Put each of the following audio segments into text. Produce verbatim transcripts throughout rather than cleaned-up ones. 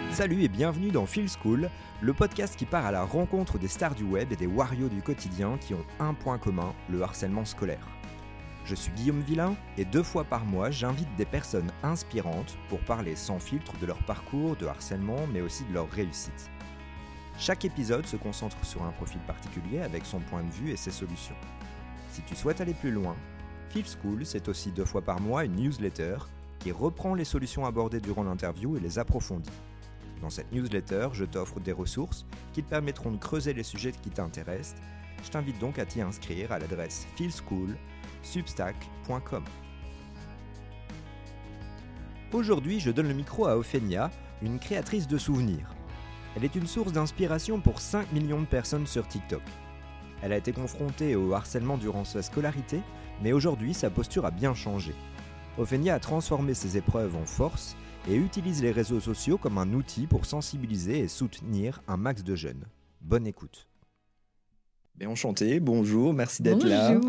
Salut et bienvenue dans Feel School, le podcast qui part à la rencontre des stars du web et des warriors du quotidien qui ont un point commun, le harcèlement scolaire. Je suis Guillaume Villain et deux fois par mois, j'invite des personnes inspirantes pour parler sans filtre de leur parcours de harcèlement mais aussi de leur réussite. Chaque épisode se concentre sur un profil particulier avec son point de vue et ses solutions. Si tu souhaites aller plus loin, Feel School, c'est aussi deux fois par mois une newsletter qui reprend les solutions abordées durant l'interview et les approfondit. Dans cette newsletter, je t'offre des ressources qui te permettront de creuser les sujets qui t'intéressent. Je t'invite donc à t'y inscrire à l'adresse feelschool point substack point com. Aujourd'hui, je donne le micro à Ophénia, une créatrice de souvenirs. Elle est une source d'inspiration pour cinq millions de personnes sur TikTok. Elle a été confrontée au harcèlement durant sa scolarité, mais aujourd'hui, sa posture a bien changé. Ophénia a transformé ses épreuves en force et utilise les réseaux sociaux comme un outil pour sensibiliser et soutenir un max de jeunes. Bonne écoute. Bien enchanté, bonjour, merci d'être bonjour. là.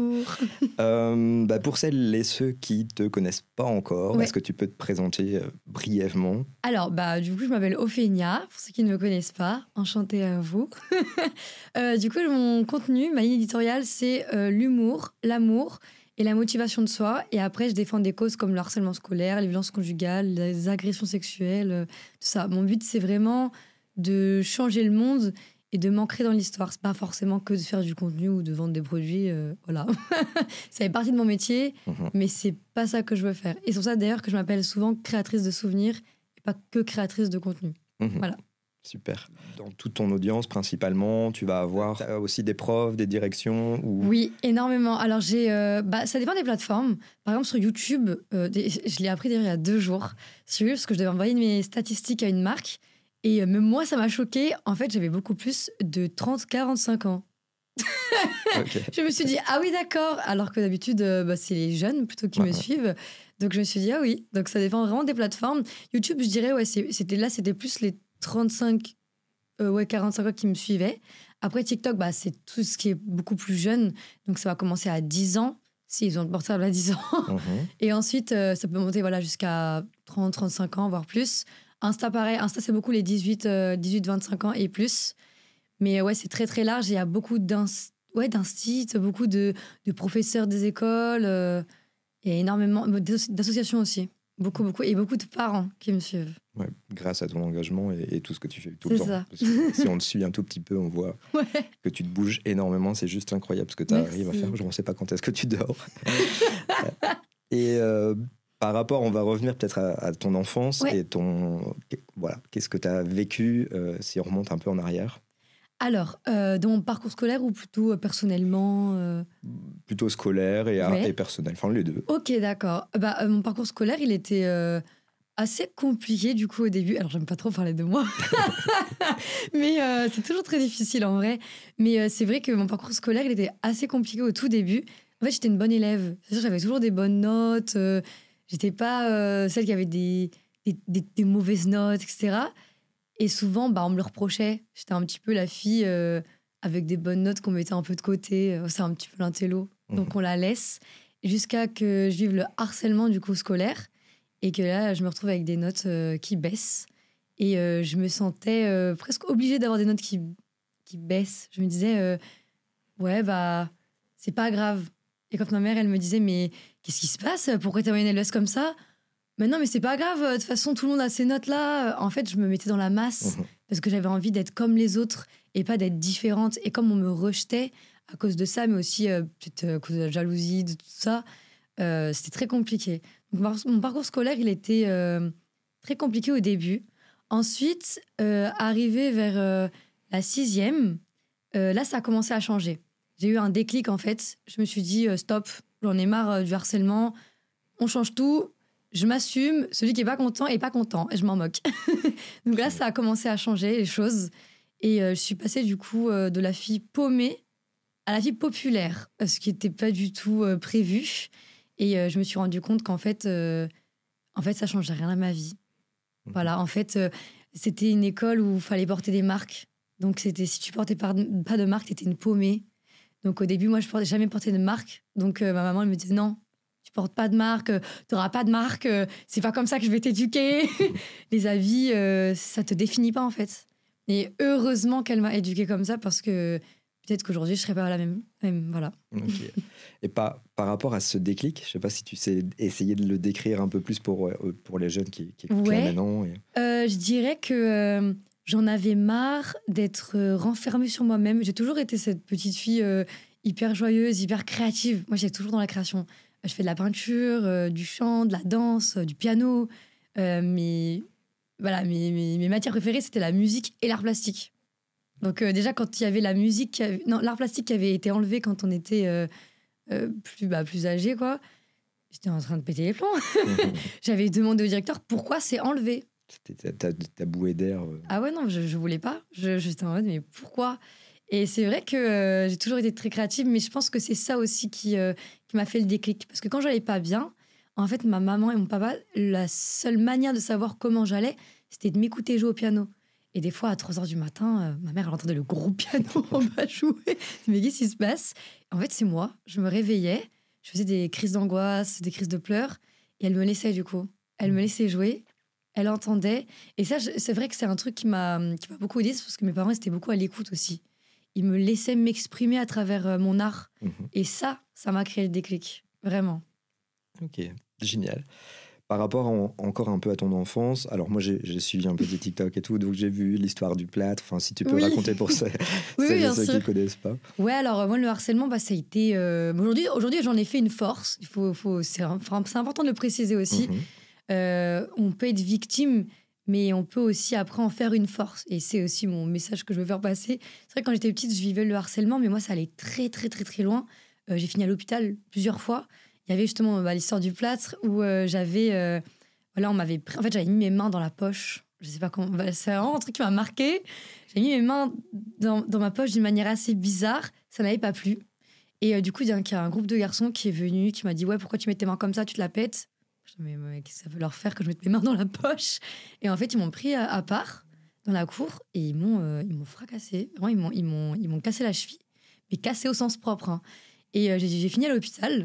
Euh, bah pour celles et ceux qui ne te connaissent pas encore, ouais. Est-ce que tu peux te présenter euh, brièvement ? Alors, bah, du coup, je m'appelle Ophénia, pour ceux qui ne me connaissent pas, enchantée à vous. euh, du coup, mon contenu, ma ligne éditoriale, c'est euh, l'humour, l'amour et la motivation de soi. Et après, je défends des causes comme le harcèlement scolaire, les violences conjugales, les agressions sexuelles, euh, tout ça. Mon but, c'est vraiment de changer le monde et de m'ancrer dans l'histoire. C'est pas forcément que de faire du contenu ou de vendre des produits. Euh, voilà. Ça fait partie de mon métier, mmh. mais c'est pas ça que je veux faire. Et c'est pour ça, d'ailleurs, que je m'appelle souvent créatrice de souvenirs et pas que créatrice de contenu. Mmh. Voilà. Super. Dans toute ton audience, principalement, tu vas avoir aussi des profs, des directions ou... Oui, énormément. Alors, j'ai, euh, bah, ça dépend des plateformes. Par exemple, sur YouTube, euh, des, je l'ai appris d'ailleurs il y a deux jours, sur YouTube, parce que je devais envoyer mes statistiques à une marque. Et euh, même moi, ça m'a choquée. En fait, j'avais beaucoup plus de trente à quarante-cinq ans. Okay. Je me suis dit, ah oui, d'accord. Alors que d'habitude, euh, bah, c'est les jeunes plutôt qui ouais. me suivent. Donc, je me suis dit, ah oui. Donc, ça dépend vraiment des plateformes. YouTube, je dirais, ouais, c'est, c'était, là, c'était plus les trente-cinq, euh, ouais, quarante-cinq ans qui me suivaient. Après, TikTok, bah, c'est tout ce qui est beaucoup plus jeune. Donc, ça va commencer à dix ans, s'ils ont le portable à dix ans. Mm-hmm. Et ensuite, euh, ça peut monter voilà, jusqu'à trente, trente-cinq ans, voire plus. Insta, pareil. Insta, c'est beaucoup les dix-huit, vingt-cinq ans et plus. Mais ouais, c'est très, très large. Il y a beaucoup d'inst... ouais, d'instits, beaucoup de, de professeurs des écoles. Euh, et énormément d'associations aussi. Beaucoup, beaucoup. Et beaucoup de parents qui me suivent. Ouais, grâce à ton engagement et, et tout ce que tu fais tout c'est le temps. Ça. Parce que si on te suit un tout petit peu, on voit ouais. que tu te bouges énormément. C'est juste incroyable ce que tu arrives à faire. Je ne sais pas quand est-ce que tu dors. et euh, par rapport, on va revenir peut-être à, à ton enfance ouais. et ton... Voilà, qu'est-ce que tu as vécu euh, si on remonte un peu en arrière ? Alors, euh, dans mon parcours scolaire ou plutôt euh, personnellement euh... Plutôt scolaire et, ouais. et personnel, enfin les deux. Ok, d'accord. Bah, euh, mon parcours scolaire, il était euh, assez compliqué du coup au début. Alors, j'aime pas trop parler de moi, mais euh, c'est toujours très difficile en vrai. Mais euh, c'est vrai que mon parcours scolaire, il était assez compliqué au tout début. En fait, j'étais une bonne élève. C'est-à-dire, j'avais toujours des bonnes notes. Euh, j'étais pas euh, celle qui avait des, des, des, des mauvaises notes, et cetera. Et souvent, bah, on me le reprochait. J'étais un petit peu la fille euh, avec des bonnes notes qu'on mettait un peu de côté. C'est un petit peu l'intello. Mmh. Donc, on la laisse jusqu'à que je vive le harcèlement du coup scolaire et que là, je me retrouve avec des notes euh, qui baissent. Et euh, je me sentais euh, presque obligée d'avoir des notes qui, qui baissent. Je me disais, euh, ouais, bah, c'est pas grave. Et quand ma mère, elle me disait, mais qu'est-ce qui se passe ? Pourquoi t'as une élève comme ça ? Mais non, mais c'est pas grave, de toute façon, tout le monde a ces notes-là. En fait, je me mettais dans la masse mmh. parce que j'avais envie d'être comme les autres et pas d'être différente. Et comme on me rejetait à cause de ça, mais aussi euh, peut-être à cause de la jalousie, de tout ça, euh, c'était très compliqué. Donc, mon parcours scolaire, il était euh, très compliqué au début. Ensuite, euh, arrivé vers euh, la sixième, euh, là, ça a commencé à changer. J'ai eu un déclic, en fait. Je me suis dit, euh, stop, j'en ai marre euh, du harcèlement. On change tout. Je m'assume, celui qui n'est pas content est pas content, et je m'en moque. Donc là, ça a commencé à changer les choses. Et euh, je suis passée du coup euh, de la fille paumée à la fille populaire, ce qui n'était pas du tout euh, prévu. Et euh, je me suis rendu compte qu'en fait, euh, en fait ça ne changeait rien à ma vie. Mmh. Voilà, en fait, euh, c'était une école où il fallait porter des marques. Donc c'était, si tu ne portais pas de marque, tu étais une paumée. Donc au début, moi, je n'ai jamais porté de marque. Donc euh, ma maman, elle me disait non. tu portes pas de marque, euh, t'auras pas de marque, euh, c'est pas comme ça que je vais t'éduquer. Les avis, euh, ça te définit pas en fait. Et heureusement qu'elle m'a éduquée comme ça parce que peut-être qu'aujourd'hui je serais pas la même. même voilà. Okay. Et par, par rapport à ce déclic, je sais pas si tu sais essayer de le décrire un peu plus pour, pour les jeunes qui, qui écoutent ouais. là maintenant. Et... Euh, je dirais que euh, j'en avais marre d'être euh, renfermée sur moi-même. J'ai toujours été cette petite fille euh, hyper joyeuse, hyper créative. Moi, j'étais toujours dans la création. Je fais de la peinture, euh, du chant, de la danse, euh, du piano. Euh, mais voilà, mes, mes, mes matières préférées, c'était la musique et l'art plastique. Donc euh, déjà, quand il y avait la musique, qui avait... non, l'art plastique qui avait été enlevé quand on était euh, euh, plus, bah, plus âgé, quoi, j'étais en train de péter les plombs. J'avais demandé au directeur pourquoi c'est enlevé. C'était ta, ta, ta bouée d'air. Euh... Ah ouais, non, je, je voulais pas. Je, j'étais en mode, mais pourquoi ? Et c'est vrai que euh, j'ai toujours été très créative, mais je pense que c'est ça aussi qui, euh, qui m'a fait le déclic. Parce que quand j'allais pas bien, en fait, ma maman et mon papa, la seule manière de savoir comment j'allais, c'était de m'écouter jouer au piano. Et des fois, à trois heures du matin, euh, ma mère, elle entendait le gros piano en bas jouer. Mais qu'est-ce qui se passe ? En fait, c'est moi. Je me réveillais, je faisais des crises d'angoisse, des crises de pleurs, et elle me laissait du coup. Elle me laissait jouer, elle entendait. Et ça, je, c'est vrai que c'est un truc qui m'a, qui m'a beaucoup aidée, parce que mes parents étaient beaucoup à l'écoute aussi. Ils me laissaient m'exprimer à travers euh, mon art. Mmh. Et ça, ça m'a créé le déclic. Vraiment. Ok, génial. Par rapport en, encore un peu à ton enfance, alors moi j'ai, j'ai suivi un peu des TikTok et tout, donc j'ai vu l'histoire du plâtre. Enfin, si tu peux oui. raconter pour ça, oui, celles oui, et ceux qui ne connaissent pas. Ouais, alors moi le harcèlement, bah, ça a été. Euh... Aujourd'hui, aujourd'hui, j'en ai fait une force. Il faut, faut... C'est, enfin, c'est important de le préciser aussi. Mm-hmm. Euh, on peut être victime, mais on peut aussi après en faire une force. Et c'est aussi mon message que je veux faire passer. C'est vrai que quand j'étais petite, je vivais le harcèlement, mais moi ça allait très, très, très, très loin. Euh, j'ai fini à l'hôpital plusieurs fois. Il y avait justement bah, l'histoire du plâtre où euh, j'avais. Euh... Voilà, on m'avait pris... En fait, j'avais mis mes mains dans la poche. Je sais pas comment... C'est vraiment un truc qui m'a marqué. J'ai mis mes mains dans, dans ma poche d'une manière assez bizarre. Ça n'avait pas plu. Et euh, du coup, il y a un groupe de garçons qui est venu, qui m'a dit « Ouais, pourquoi tu mets tes mains comme ça ? Tu te la pètes ?» Je dis « Mais, mais qu'est-ce que ça veut leur faire que je mette mes mains dans la poche ?» Et en fait, ils m'ont pris à, à part dans la cour et ils m'ont, euh, ils m'ont fracassé. Vraiment, ils m'ont, ils, m'ont, ils m'ont cassé la cheville. Mais cassé au sens propre. Hein. Et euh, j'ai, j'ai fini à l'hôpital.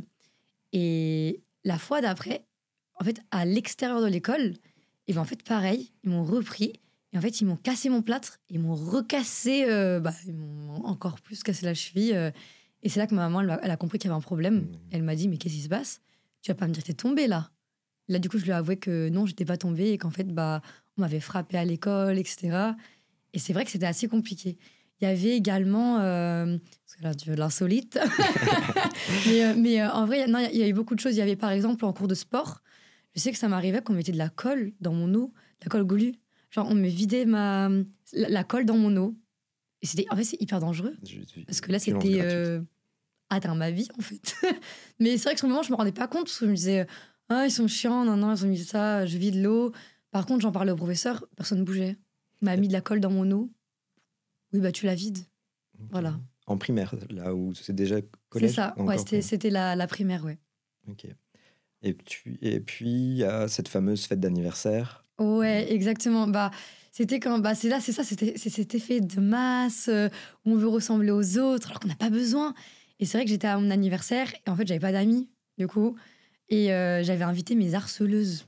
Et la fois d'après... En fait, à l'extérieur de l'école, et ben en fait, pareil, ils m'ont repris. Et en fait, ils m'ont cassé mon plâtre. Ils m'ont recassé, euh, bah, ils m'ont encore plus cassé la cheville. Euh, et c'est là que ma maman, elle a, elle a compris qu'il y avait un problème. Mmh. Elle m'a dit, mais qu'est-ce qui se passe ? Tu vas pas me dire que t'es tombée, là ? Là, du coup, je lui ai avoué que non, j'étais pas tombée et qu'en fait, bah, on m'avait frappée à l'école, et cetera. Et c'est vrai que c'était assez compliqué. Il y avait également... Euh, parce que là, tu veux de l'insolite. mais euh, mais euh, en vrai, non, il y a eu beaucoup de choses. Il y avait, par exemple, en cours de sport... Je sais que ça m'arrivait qu'on mettait de la colle dans mon eau, de la colle goulue. Genre, on me vidait ma... la, la colle dans mon eau. Et c'était... En fait, c'est hyper dangereux. Parce que là, c'était euh... atteindre ma vie, en fait. Mais c'est vrai que sur le moment, je me rendais pas compte. Parce que je me disais, ah, ils sont chiants, non, non, ils ont mis ça, je vide l'eau. Par contre, j'en parlais au professeur, personne ne bougeait. Il m'a mis de la colle dans mon eau. Oui, bah, tu la vides. Okay. Voilà. En primaire, là où c'est déjà collège. C'est ça, ouais, c'était, c'était la, la primaire, ouais. Ok. Et puis, et puis, il y a cette fameuse fête d'anniversaire. Ouais, exactement. Bah, c'était quand, bah, c'est là, c'est ça, c'était, c'est cet effet de masse euh, où on veut ressembler aux autres alors qu'on n'a pas besoin. Et c'est vrai que j'étais à mon anniversaire et en fait, j'avais pas d'amis, du coup. Et euh, j'avais invité mes harceleuses.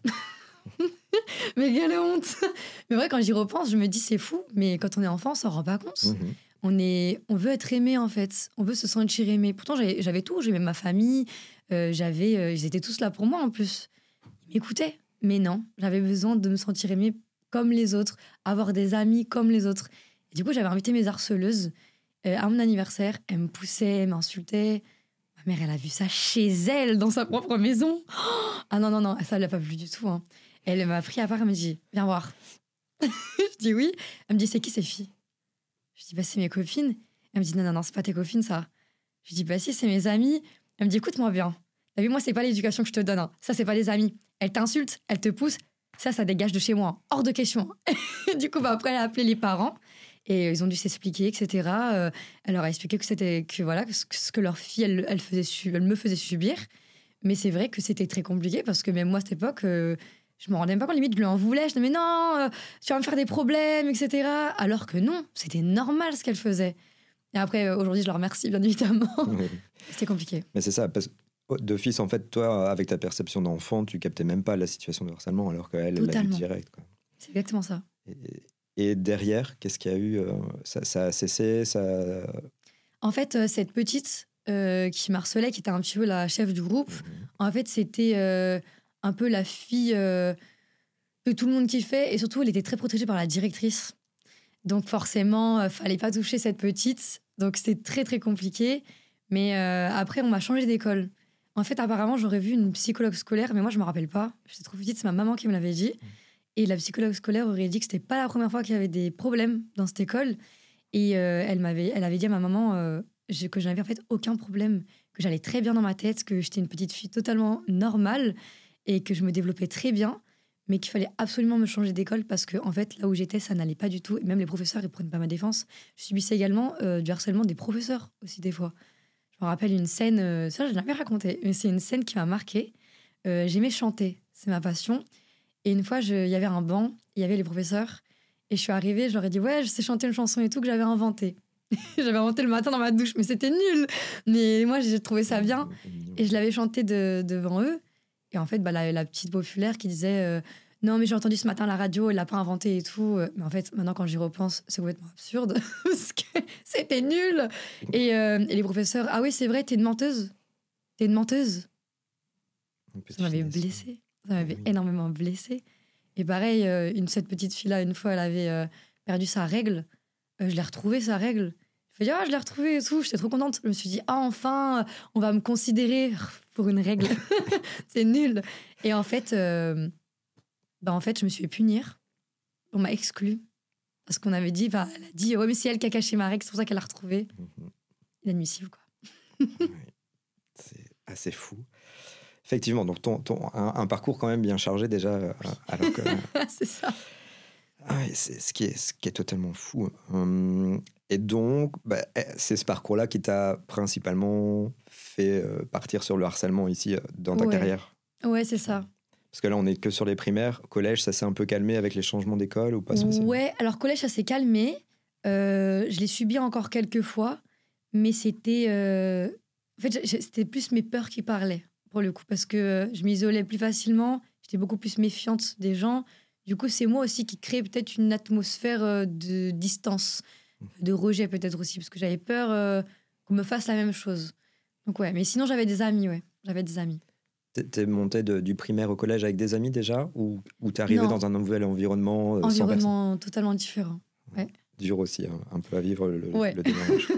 Mais quelle honte! Mais vrai, quand j'y repense, je me dis, c'est fou. Mais quand on est enfant, on s'en rend pas compte. Mmh. On, est, on veut être aimé, en fait. On veut se sentir aimé. Pourtant, j'avais, j'avais tout. J'aimais ma famille. Euh, j'avais, euh, ils étaient tous là pour moi en plus. Ils m'écoutaient. Mais non, j'avais besoin de me sentir aimée comme les autres, avoir des amis comme les autres. Et du coup, j'avais invité mes harceleuses euh, à mon anniversaire. Elles me poussaient, elles m'insultaient. Ma mère, elle a vu ça chez elle, dans sa propre maison. Oh ah non, non, non, ça ne l'a pas plu du tout. Hein. Elle m'a pris à part, elle me dit, viens voir. Je dis oui. Elle me dit, c'est qui ces filles ? Je dis, bah, c'est mes copines. Elle me dit, non, non, non, c'est pas tes copines, ça. Je dis, bah, si, c'est mes amis. Elle me dit, écoute-moi bien. T'as vu, moi, c'est pas l'éducation que je te donne. Hein. Ça, c'est pas des amis. Elle t'insulte, elle te pousse. Ça, ça dégage de chez moi. Hors de question. Du coup, bah, après, elle a appelé les parents. Et ils ont dû s'expliquer, et cetera. Euh, elle leur a expliqué que c'était que, voilà, que ce que leur fille, elle, elle, faisait su- elle me faisait subir. Mais c'est vrai que c'était très compliqué parce que même moi, à cette époque, euh, je me rendais même pas compte. Limite, je lui en voulais. Je disais, mais non, euh, tu vas me faire des problèmes, et cetera. Alors que non, c'était normal ce qu'elle faisait. Et après, aujourd'hui, je la remercie, bien évidemment. Oui. C'était compliqué. Mais c'est ça, parce d'office, en fait, toi, avec ta perception d'enfant, tu captais même pas la situation de harcèlement, alors qu'elle, elle l'a vu direct, quoi. C'est exactement ça. Et, et derrière, qu'est-ce qu'il y a eu euh, ça, ça a cessé ça... En fait, euh, cette petite euh, qui m'harcelait, qui était un petit peu la chef du groupe, mmh. en fait, c'était euh, un peu la fille euh, que tout le monde kiffait. Et surtout, elle était très protégée par la directrice. Donc forcément, euh, fallait pas toucher cette petite. Donc c'était très, très compliqué. Mais euh, après, on m'a changé d'école. En fait, apparemment, j'aurais vu une psychologue scolaire, mais moi, je me rappelle pas. J'étais trop petite, c'est ma maman qui me l'avait dit. Et la psychologue scolaire aurait dit que c'était pas la première fois qu'il y avait des problèmes dans cette école. Et euh, elle, m'avait, elle avait dit à ma maman euh, que je n'avais en fait aucun problème, que j'allais très bien dans ma tête, que j'étais une petite fille totalement normale et que je me développais très bien, mais qu'il fallait absolument me changer d'école parce que, en fait, là où j'étais, ça n'allait pas du tout. Et même les professeurs, ils prenaient pas ma défense. Je subissais également euh, du harcèlement des professeurs aussi, des fois. Je me rappelle une scène, euh, ça, je ne l'avais pas raconté, mais c'est une scène qui m'a marquée. Euh, j'aimais chanter, c'est ma passion. Et une fois, il y avait un banc, il y avait les professeurs. Et je suis arrivée, je leur ai dit, ouais, je sais chanter une chanson et tout que j'avais inventée. J'avais inventé le matin dans ma douche, mais c'était nul. Mais moi, j'ai trouvé ça bien. Et je l'avais chanté de, devant eux. Et en fait, bah, la, la petite populaire qui disait, euh, non, mais j'ai entendu ce matin à la radio, elle l'a pas inventé et tout. Mais en fait, maintenant, quand j'y repense, c'est complètement absurde. Parce que c'était nul. Et, euh, et les professeurs, ah oui, c'est vrai, t'es une menteuse. T'es une menteuse. Ça m'avait blessée. Ça m'avait oui. énormément blessée. Et pareil, euh, une, cette petite fille-là, une fois, elle avait euh, perdu sa règle. Euh, je l'ai retrouvée, sa règle. Je me suis dit, ah, je l'ai retrouvée et tout. J'étais trop contente. Je me suis dit, ah, enfin, on va me considérer pour une règle. C'est nul. Et en fait, euh, bah, en fait, je me suis fait punir. On m'a exclue. Parce qu'on avait dit, bah, elle a dit, ouais, mais c'est elle qui a caché ma règle, c'est pour ça qu'elle l'a retrouvée. Mm-hmm. Inadmissible, quoi. Oui. C'est assez fou. Effectivement, donc ton, ton, un, un parcours quand même bien chargé déjà. Euh, alors que, c'est ça. Ah oui, c'est ce qui est, ce qui est totalement fou. Hum, et donc, bah, c'est ce parcours-là qui t'a principalement fait euh, partir sur le harcèlement ici euh, dans ta ouais. carrière. Ouais, c'est ça. Parce que là, on n'est que sur les primaires. Collège, ça s'est un peu calmé avec les changements d'école ou pas spécialement? Ouais, alors collège, ça s'est calmé. Euh, je l'ai subi encore quelques fois, mais c'était... Euh... En fait, c'était plus mes peurs qui parlaient. Pour le coup, parce que je m'isolais plus facilement, j'étais beaucoup plus méfiante des gens. Du coup, c'est moi aussi qui crée peut-être une atmosphère de distance, de rejet peut-être aussi, parce que j'avais peur euh, qu'on me fasse la même chose. Donc ouais, mais sinon j'avais des amis, ouais, j'avais des amis. T'es monté de, du primaire au collège avec des amis déjà, ou, ou t'es arrivé non. dans un nouvel environnement euh, Environnement sans totalement différent, ouais. Dur aussi, hein, un peu à vivre le, ouais. le démarrage.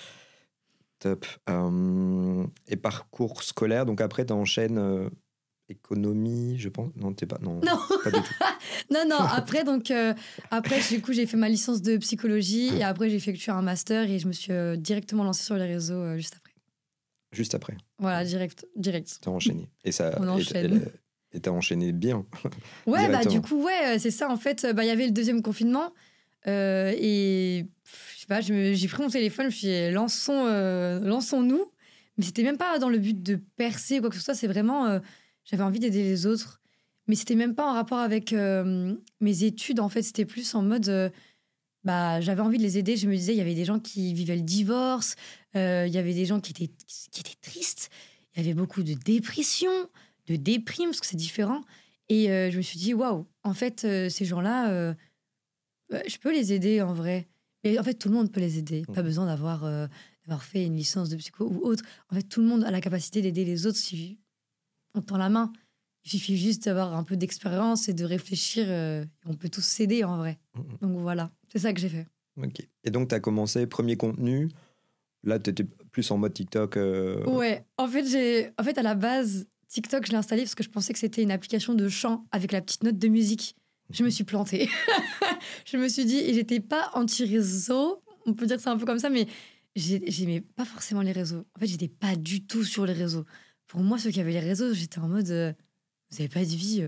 Top. Euh, et parcours scolaire, donc après, tu enchaînes euh, économie, je pense. Non, t'es pas. Non, non. pas du tout. non, non. Après, donc, euh, après, du coup, j'ai fait ma licence de psychologie et après, j'ai effectué un master et je me suis euh, directement lancée sur les réseaux euh, juste après. Juste après. Voilà, direct, direct. T'as enchaîné. Et ça. On enchaîne. Et t'as enchaîné bien. Ouais, bah du coup, ouais, c'est ça. En fait, bah il y avait le deuxième confinement euh, et. Bah, je me, j'ai pris mon téléphone, je me suis dit, lançons, euh, lançons-nous. Mais c'était même pas dans le but de percer ou quoi que ce soit, c'est vraiment, euh, j'avais envie d'aider les autres. Mais c'était même pas en rapport avec euh, mes études, en fait, c'était plus en mode, euh, bah, j'avais envie de les aider. Je me disais, il y avait des gens qui vivaient le divorce, euh, il y avait des gens qui étaient, qui étaient tristes, il y avait beaucoup de dépression, de déprime, parce que c'est différent. Et euh, je me suis dit, waouh, en fait, euh, ces gens-là, euh, bah, je peux les aider en vrai. Et en fait, tout le monde peut les aider. Pas besoin d'avoir, euh, d'avoir fait une licence de psycho ou autre. En fait, tout le monde a la capacité d'aider les autres si on tend la main. Il suffit juste d'avoir un peu d'expérience et de réfléchir. Euh, on peut tous s'aider en vrai. Mm-hmm. Donc voilà, c'est ça que j'ai fait. Ok. Et donc, tu as commencé, premier contenu. Là, tu étais plus en mode TikTok. Euh... Ouais. En fait, j'ai... en fait, à la base, TikTok, je l'ai installé parce que je pensais que c'était une application de chant avec la petite note de musique. Je me suis plantée. Je me suis dit, et j'étais pas anti-réseau, on peut dire que c'est un peu comme ça, mais j'aimais pas forcément les réseaux. En fait, j'étais pas du tout sur les réseaux. Pour moi, ceux qui avaient les réseaux, j'étais en mode, euh, vous avez pas de vie.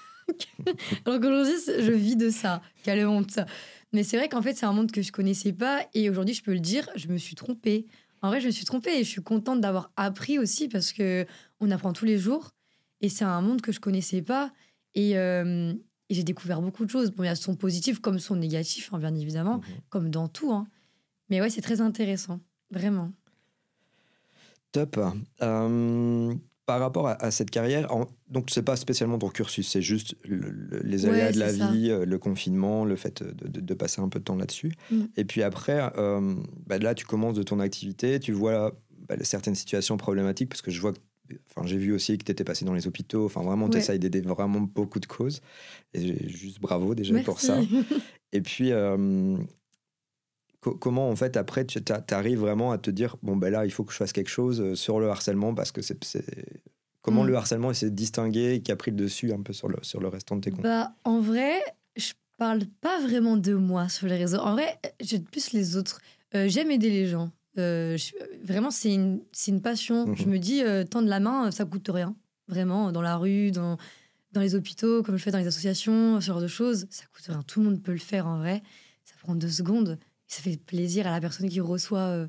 Alors qu'aujourd'hui, je vis de ça. Quelle honte. Mais c'est vrai qu'en fait, c'est un monde que je connaissais pas, et aujourd'hui, je peux le dire, je me suis trompée. En vrai, je me suis trompée, et je suis contente d'avoir appris aussi, parce que on apprend tous les jours, et c'est un monde que je connaissais pas, et... Euh, Et j'ai découvert beaucoup de choses. Bon, il y a son positif comme son négatif, hein, bien évidemment, mmh. comme dans tout. Hein. Mais ouais, c'est très intéressant, vraiment. Top. Euh, par rapport à, à cette carrière, en, donc c'est pas spécialement ton cursus, c'est juste le, le, les aléas Ouais, de la c'est ça. vie, euh, le confinement, le fait de, de, de passer un peu de temps là-dessus. Mm. Et puis après, euh, bah là, tu commences de ton activité, tu vois bah, certaines situations problématiques, parce que je vois que, enfin, j'ai vu aussi que tu étais passé dans les hôpitaux, enfin vraiment, tu Ouais. essayes d'aider vraiment beaucoup de causes. Et juste bravo déjà Merci. pour ça. Et puis, euh, co- comment en fait, après, tu arrives vraiment à te dire, bon, ben là, il faut que je fasse quelque chose sur le harcèlement, parce que c'est. c'est... Comment Mm. le harcèlement s'est distingué et qui a pris le dessus un peu sur le, sur le restant de tes comptes? Bah, en vrai, je parle pas vraiment de moi sur les réseaux. En vrai, j'aide plus les autres. Euh, j'aime aider les gens. Euh, je- vraiment, c'est une, c'est une passion. Mhm. Je me dis, euh, tendre la main, ça coûte rien. Vraiment, dans la rue, dans, dans les hôpitaux, comme je fais dans les associations, ce genre de choses, ça coûte rien. Tout le monde peut le faire en vrai. Ça prend deux secondes. Et ça fait plaisir à la personne qui reçoit euh,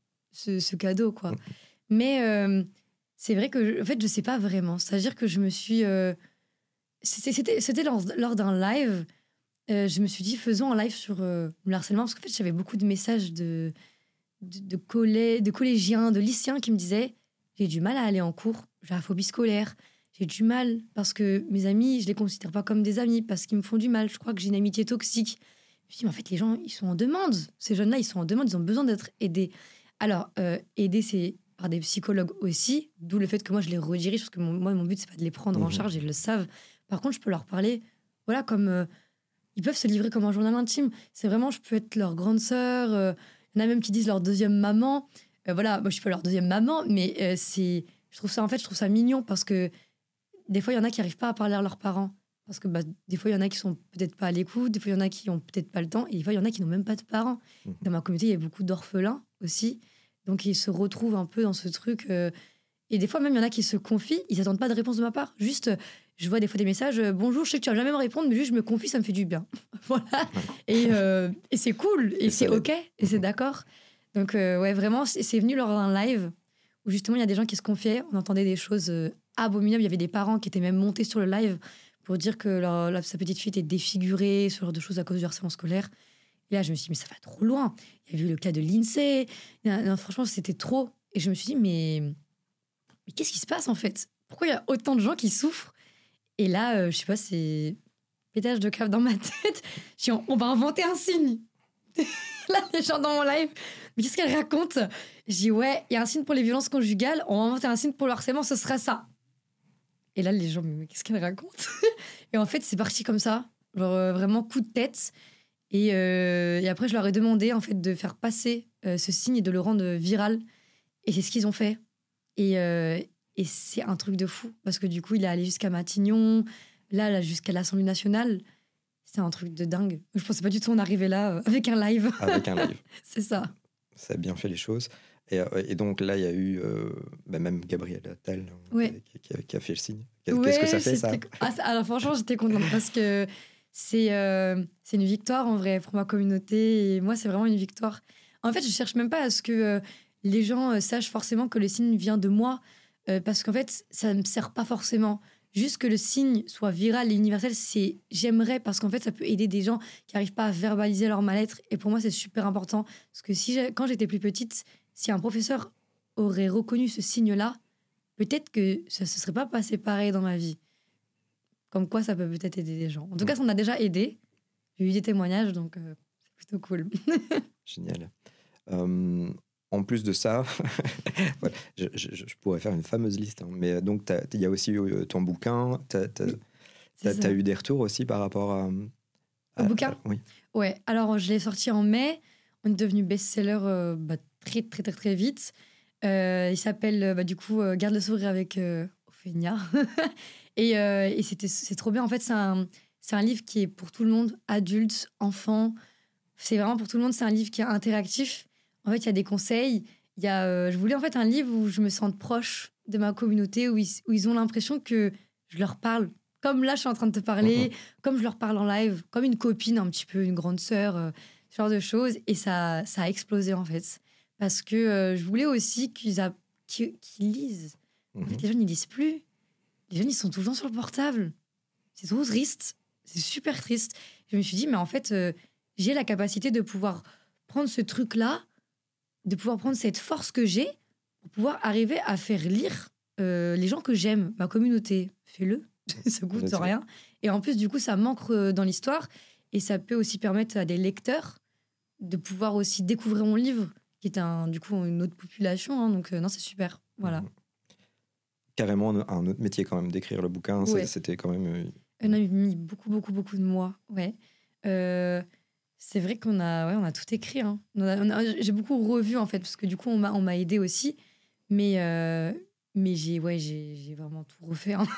ce, ce cadeau, quoi. Mhm. Mais euh, c'est vrai que, je- en fait, je sais pas vraiment. C'est-à-dire que je me suis... euh, c'était, c'était, c'était lors, lors d'un live. Euh, je me suis dit, faisons un live sur euh, le harcèlement. Parce qu'en fait, j'avais beaucoup de messages de, de, de, collè- de collégiens, de lycéens qui me disaient, j'ai du mal à aller en cours, j'ai la phobie scolaire. J'ai du mal parce que mes amis, je les considère pas comme des amis parce qu'ils me font du mal. Je crois que j'ai une amitié toxique. Je me dis, mais en fait, les gens, ils sont en demande. Ces jeunes-là, ils sont en demande, ils ont besoin d'être aidés. Alors, euh, aider, c'est par des psychologues aussi, d'où le fait que moi, je les redirige parce que mon, moi, mon but, c'est pas de les prendre en Mhm. charge, ils le savent. Par contre, je peux leur parler, voilà, comme euh, ils peuvent se livrer comme un journal intime. C'est vraiment, je peux être leur grande sœur. euh, Il y en a même qui disent leur deuxième maman. Euh, voilà, moi, je suis pas leur deuxième maman, mais euh, c'est, je trouve ça, en fait, je trouve ça mignon parce que des fois, il y en a qui n'arrivent pas à parler à leurs parents. Parce que bah, des fois, il y en a qui sont peut-être pas à l'écoute, des fois, il y en a qui ont peut-être pas le temps, et des fois, il y en a qui n'ont même pas de parents. Mhm. Dans ma communauté, il y a beaucoup d'orphelins aussi. Donc, ils se retrouvent un peu dans ce truc. euh, Et des fois, même, il y en a qui se confient, ils n'attendent pas de réponse de ma part. Juste, euh, je vois des fois des messages euh, bonjour, je sais que tu vas jamais me répondre, mais juste, je me confie, ça me fait du bien. Voilà. Et, euh, et c'est cool, et, Et c'est ça l'aide. OK, et c'est Mhm. d'accord. Donc, euh, ouais, vraiment, c'est c'est venu lors d'un live où justement, il y a des gens qui se confiaient, on entendait des choses euh, abominables. Il y avait des parents qui étaient même montés sur le live pour dire que leur- leur- sa petite fille était défigurée, ce genre de choses à cause du harcèlement scolaire. Et là, je me suis dit, mais ça va trop loin. Il y a eu le cas de l'INSEE. Non, non, franchement, c'était trop. Et je me suis dit, mais, mais qu'est-ce qui se passe en fait? Pourquoi il y a autant de gens qui souffrent? Et là, euh, je sais pas, c'est pétage de câble dans ma tête. Je dis, on, on va inventer un signe. Là, les gens dans mon live, mais qu'est-ce qu'elle raconte? Je dis, ouais, il y a un signe pour les violences conjugales, on va inventer un signe pour le harcèlement, ce sera ça. Et là, les gens, mais qu'est-ce qu'elle raconte? Et en fait, c'est parti comme ça, genre euh, vraiment coup de tête. Et, euh, et après, je leur ai demandé en fait de faire passer euh, ce signe et de le rendre viral. Et c'est ce qu'ils ont fait. Et, euh, et c'est un truc de fou parce que du coup, il est allé jusqu'à Matignon, là, là jusqu'à l'Assemblée nationale. C'est un truc de dingue. Je pensais pas du tout en arriver là euh, avec un live. Avec un live. C'est ça. Ça a bien fait les choses. Et, euh, et donc là, il y a eu euh, bah, même Gabriel Attal hein, Ouais. qui, qui a, qui a fait le signe. Qu'est-ce Ouais, que ça fait, ça? j'étais- Ah, ça- alors franchement, j'étais contente parce que c'est euh, c'est une victoire en vrai pour ma communauté. Et moi, c'est vraiment une victoire. En fait, je cherche même pas à ce que euh, les gens euh, sachent forcément que le signe vient de moi. euh, parce qu'en fait, ça ne me sert pas forcément. Juste que le signe soit viral et universel, c'est j'aimerais parce qu'en fait, ça peut aider des gens qui n'arrivent pas à verbaliser leur mal-être. Et pour moi, c'est super important. Parce que si j'ai- quand j'étais plus petite, si un professeur aurait reconnu ce signe-là, peut-être que ça ne se serait pas passé pareil dans ma vie. Comme quoi, ça peut peut-être aider des gens. En tout cas, ça en a déjà aidé. J'ai eu des témoignages, donc euh, c'est plutôt cool. Génial. Euh, en plus de ça, voilà, je, je, je pourrais faire une fameuse liste. Hein, mais donc, il y a aussi eu ton bouquin. Tu C'est as ça. eu des retours aussi par rapport à. Au à- bouquin à- Oui. Ouais, alors je l'ai sorti en mai. On est devenu best-seller euh, bah, très, très, très, très vite. Euh, il s'appelle, euh, bah, du coup, euh, Garde le sourire avec euh, Ophénia. et euh, et c'était, c'est trop bien. En fait, c'est un, c'est un livre qui est pour tout le monde, adultes, enfants. C'est vraiment pour tout le monde. C'est un livre qui est interactif. En fait, il y a des conseils. Il y a, euh, je voulais en fait un livre où je me sente proche de ma communauté, où ils, où ils ont l'impression que je leur parle. Comme là, je suis en train de te parler, Mhm. comme je leur parle en live, comme une copine, un petit peu, une grande sœur, euh, ce genre de choses. Et ça, ça a explosé, en fait. Parce que euh, je voulais aussi qu'ils, a- qu'ils, qu'ils lisent. En fait, Mhm. les jeunes, ils lisent plus. Les jeunes, ils sont tout le temps sur le portable. C'est trop triste. C'est super triste. Je me suis dit, mais en fait, euh, j'ai la capacité de pouvoir prendre ce truc-là, de pouvoir prendre cette force que j'ai pour pouvoir arriver à faire lire euh, les gens que j'aime, ma communauté, fais-le, ça coûte Bien sûr. rien. Et en plus, du coup, ça manque euh, dans l'histoire et ça peut aussi permettre à des lecteurs de pouvoir aussi découvrir mon livre, qui est un, du coup une autre population. Hein, donc, euh, non, c'est super. Voilà. Mhm. Carrément un, un autre métier quand même, d'écrire le bouquin, Ouais. c'était quand même... euh, On a mis beaucoup, beaucoup, beaucoup de mois. Ouais. Euh, c'est vrai qu'on a, ouais, on a tout écrit. Hein. On a- on a- j'ai beaucoup revu, en fait, parce que du coup, on m'a, on m'a aidé aussi. Mais, euh, mais j'ai, ouais, j'ai, j'ai vraiment tout refait. Hein.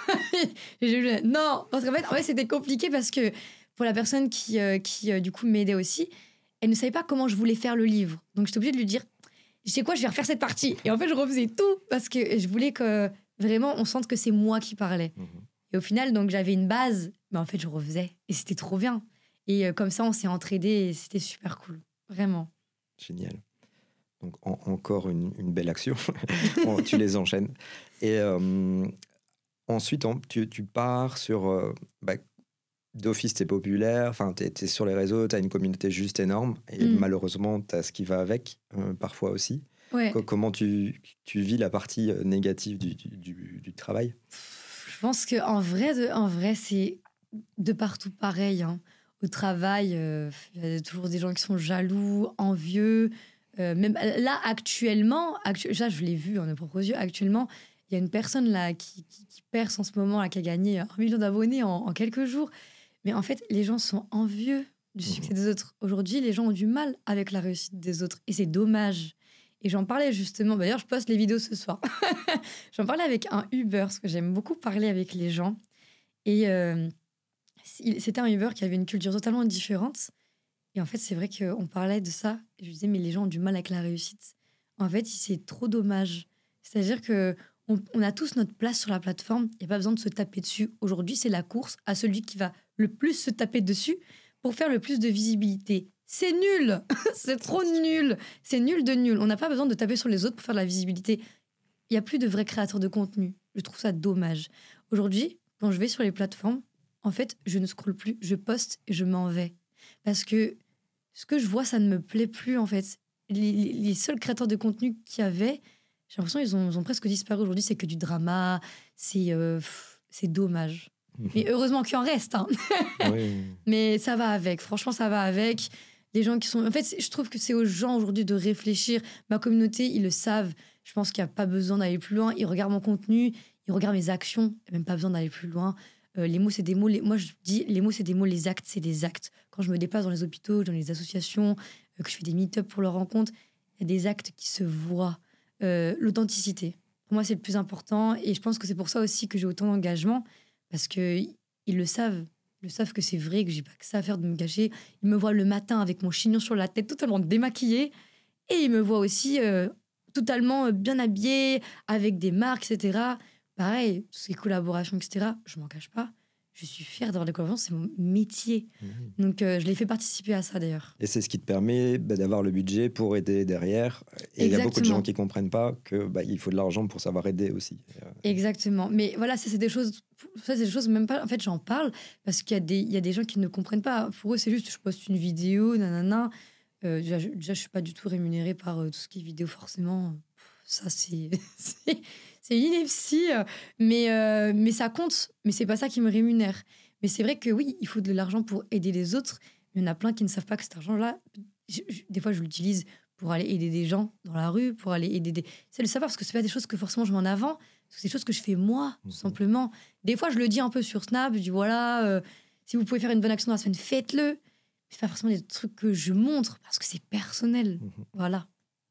J'ai- non, parce qu'en fait, en fait, c'était compliqué parce que pour la personne qui, euh, qui euh, du coup, m'aidait aussi, elle ne savait pas comment je voulais faire le livre. Donc, j'étais obligée de lui dire, je sais quoi, je vais refaire cette partie. Et en fait, je refaisais tout parce que je voulais que vraiment on sente que c'est moi qui parlais. mhm. Et au final, donc j'avais une base, mais en fait, je refaisais. Et c'était trop bien. Et euh, comme ça, on s'est entraidés et c'était super cool. Vraiment. Génial. Donc, en- encore une, une belle action. On- tu les enchaînes. Et euh, ensuite, on- tu, tu pars sur... euh, bah, d'office, t'es populaire, enfin, t'es, t'es sur les réseaux, t'as une communauté juste énorme. Et Mm. malheureusement, t'as ce qui va avec, euh, parfois aussi. Ouais. Co- comment tu, tu vis la partie euh, négative du, du, du- du travail? Je pense qu'en vrai, de- en vrai, c'est de partout pareil. Hein. Au travail, euh, il y a toujours des gens qui sont jaloux, envieux. Euh, même là, actuellement, actu- ça, je l'ai vu en mes propres yeux, actuellement, il y a une personne là qui, qui, qui perce en ce moment, là, qui a gagné un million d'abonnés en, en quelques jours. Mais en fait, les gens sont envieux du succès des autres. Aujourd'hui, les gens ont du mal avec la réussite des autres. Et c'est dommage. Et j'en parlais justement. D'ailleurs, je poste les vidéos ce soir. J'en parlais avec un Uber, parce que j'aime beaucoup parler avec les gens. Et euh, c'était un Uber qui avait une culture totalement différente. Et en fait, c'est vrai qu'on parlait de ça. Et je disais, mais les gens ont du mal avec la réussite. En fait, c'est trop dommage. C'est-à-dire que on, on a tous notre place sur la plateforme. Il n'y a pas besoin de se taper dessus. Aujourd'hui, c'est la course à celui qui va le plus se taper dessus pour faire le plus de visibilité. C'est nul. C'est trop nul. C'est nul de nul. On n'a pas besoin de taper sur les autres pour faire de la visibilité. Il n'y a plus de vrais créateurs de contenu. Je trouve ça dommage. Aujourd'hui, quand je vais sur les plateformes, en fait, je ne scrolle plus, je poste et je m'en vais. Parce que ce que je vois, ça ne me plaît plus, en fait. Les, les- les seuls créateurs de contenu qu'il y avait, j'ai l'impression qu'ils ont, ils ont presque disparu. Aujourd'hui, c'est que du drama. C'est euh, pff, c'est dommage. Mais heureusement qu'il en reste. Hein. Oui. Mais ça va avec. Franchement, ça va avec. Les gens qui sont... En fait, c'est- je trouve que c'est aux gens aujourd'hui de réfléchir. Ma communauté, ils le savent. Je pense qu'il n'y a pas besoin d'aller plus loin. Ils regardent mon contenu, ils regardent mes actions. Il n'y a même pas besoin d'aller plus loin. Euh, les mots, c'est des mots. Les... Moi, je dis, les mots, c'est des mots. Les actes, c'est des actes. Quand je me déplace dans les hôpitaux, dans les associations, euh, que je fais des meet-up pour leurs rencontres, il y a des actes qui se voient. Euh, l'authenticité. Pour moi, c'est le plus important. Et je pense que c'est pour ça aussi que j'ai autant d'engagement. Parce qu'ils le savent. Ils le savent que c'est vrai, que j'ai pas que ça à faire de me cacher. Ils me voient le matin avec mon chignon sur la tête, totalement démaquillée. Et ils me voient aussi euh, totalement euh, bien habillée, avec des marques, et cetera. Pareil, toutes ces collaborations, et cetera. Je m'en cache pas. Je suis fière d'avoir des collaborations, c'est mon métier. Mhm. Donc, euh, je les fais participer à ça, d'ailleurs. Et c'est ce qui te permet bah, d'avoir le budget pour aider derrière. Et il y a beaucoup de Exactement. gens qui ne comprennent pas qu'il bah, il faut de l'argent pour savoir aider aussi. Euh, Exactement. Mais voilà, ça, c'est des choses... Ça, c'est des choses, même pas... En fait, j'en parle parce qu'il y a des, il y a des gens qui ne comprennent pas. Pour eux, c'est juste, je poste une vidéo, nanana. Euh, déjà, je, déjà, je suis pas du tout rémunérée par euh, tout ce qui est vidéo, forcément. Ça, c'est... c'est- c'est une ineptie. euh, Mais, euh, mais ça compte. Mais c'est pas ça qui me rémunère. Mais c'est vrai que oui, il faut de l'argent pour aider les autres. Il y en a plein qui ne savent pas que cet argent-là... je- je- des fois, je l'utilise pour aller aider des gens dans la rue, pour aller aider des... C'est le savoir, parce que c'est pas des choses que forcément je mets en avant. C'est des choses que je fais moi, tout Mhm. simplement. Des fois, je le dis un peu sur Snap. Je dis, voilà, euh, si vous pouvez faire une bonne action dans la semaine, faites-le. C'est pas forcément des trucs que je montre, parce que c'est personnel. Mhm. Voilà.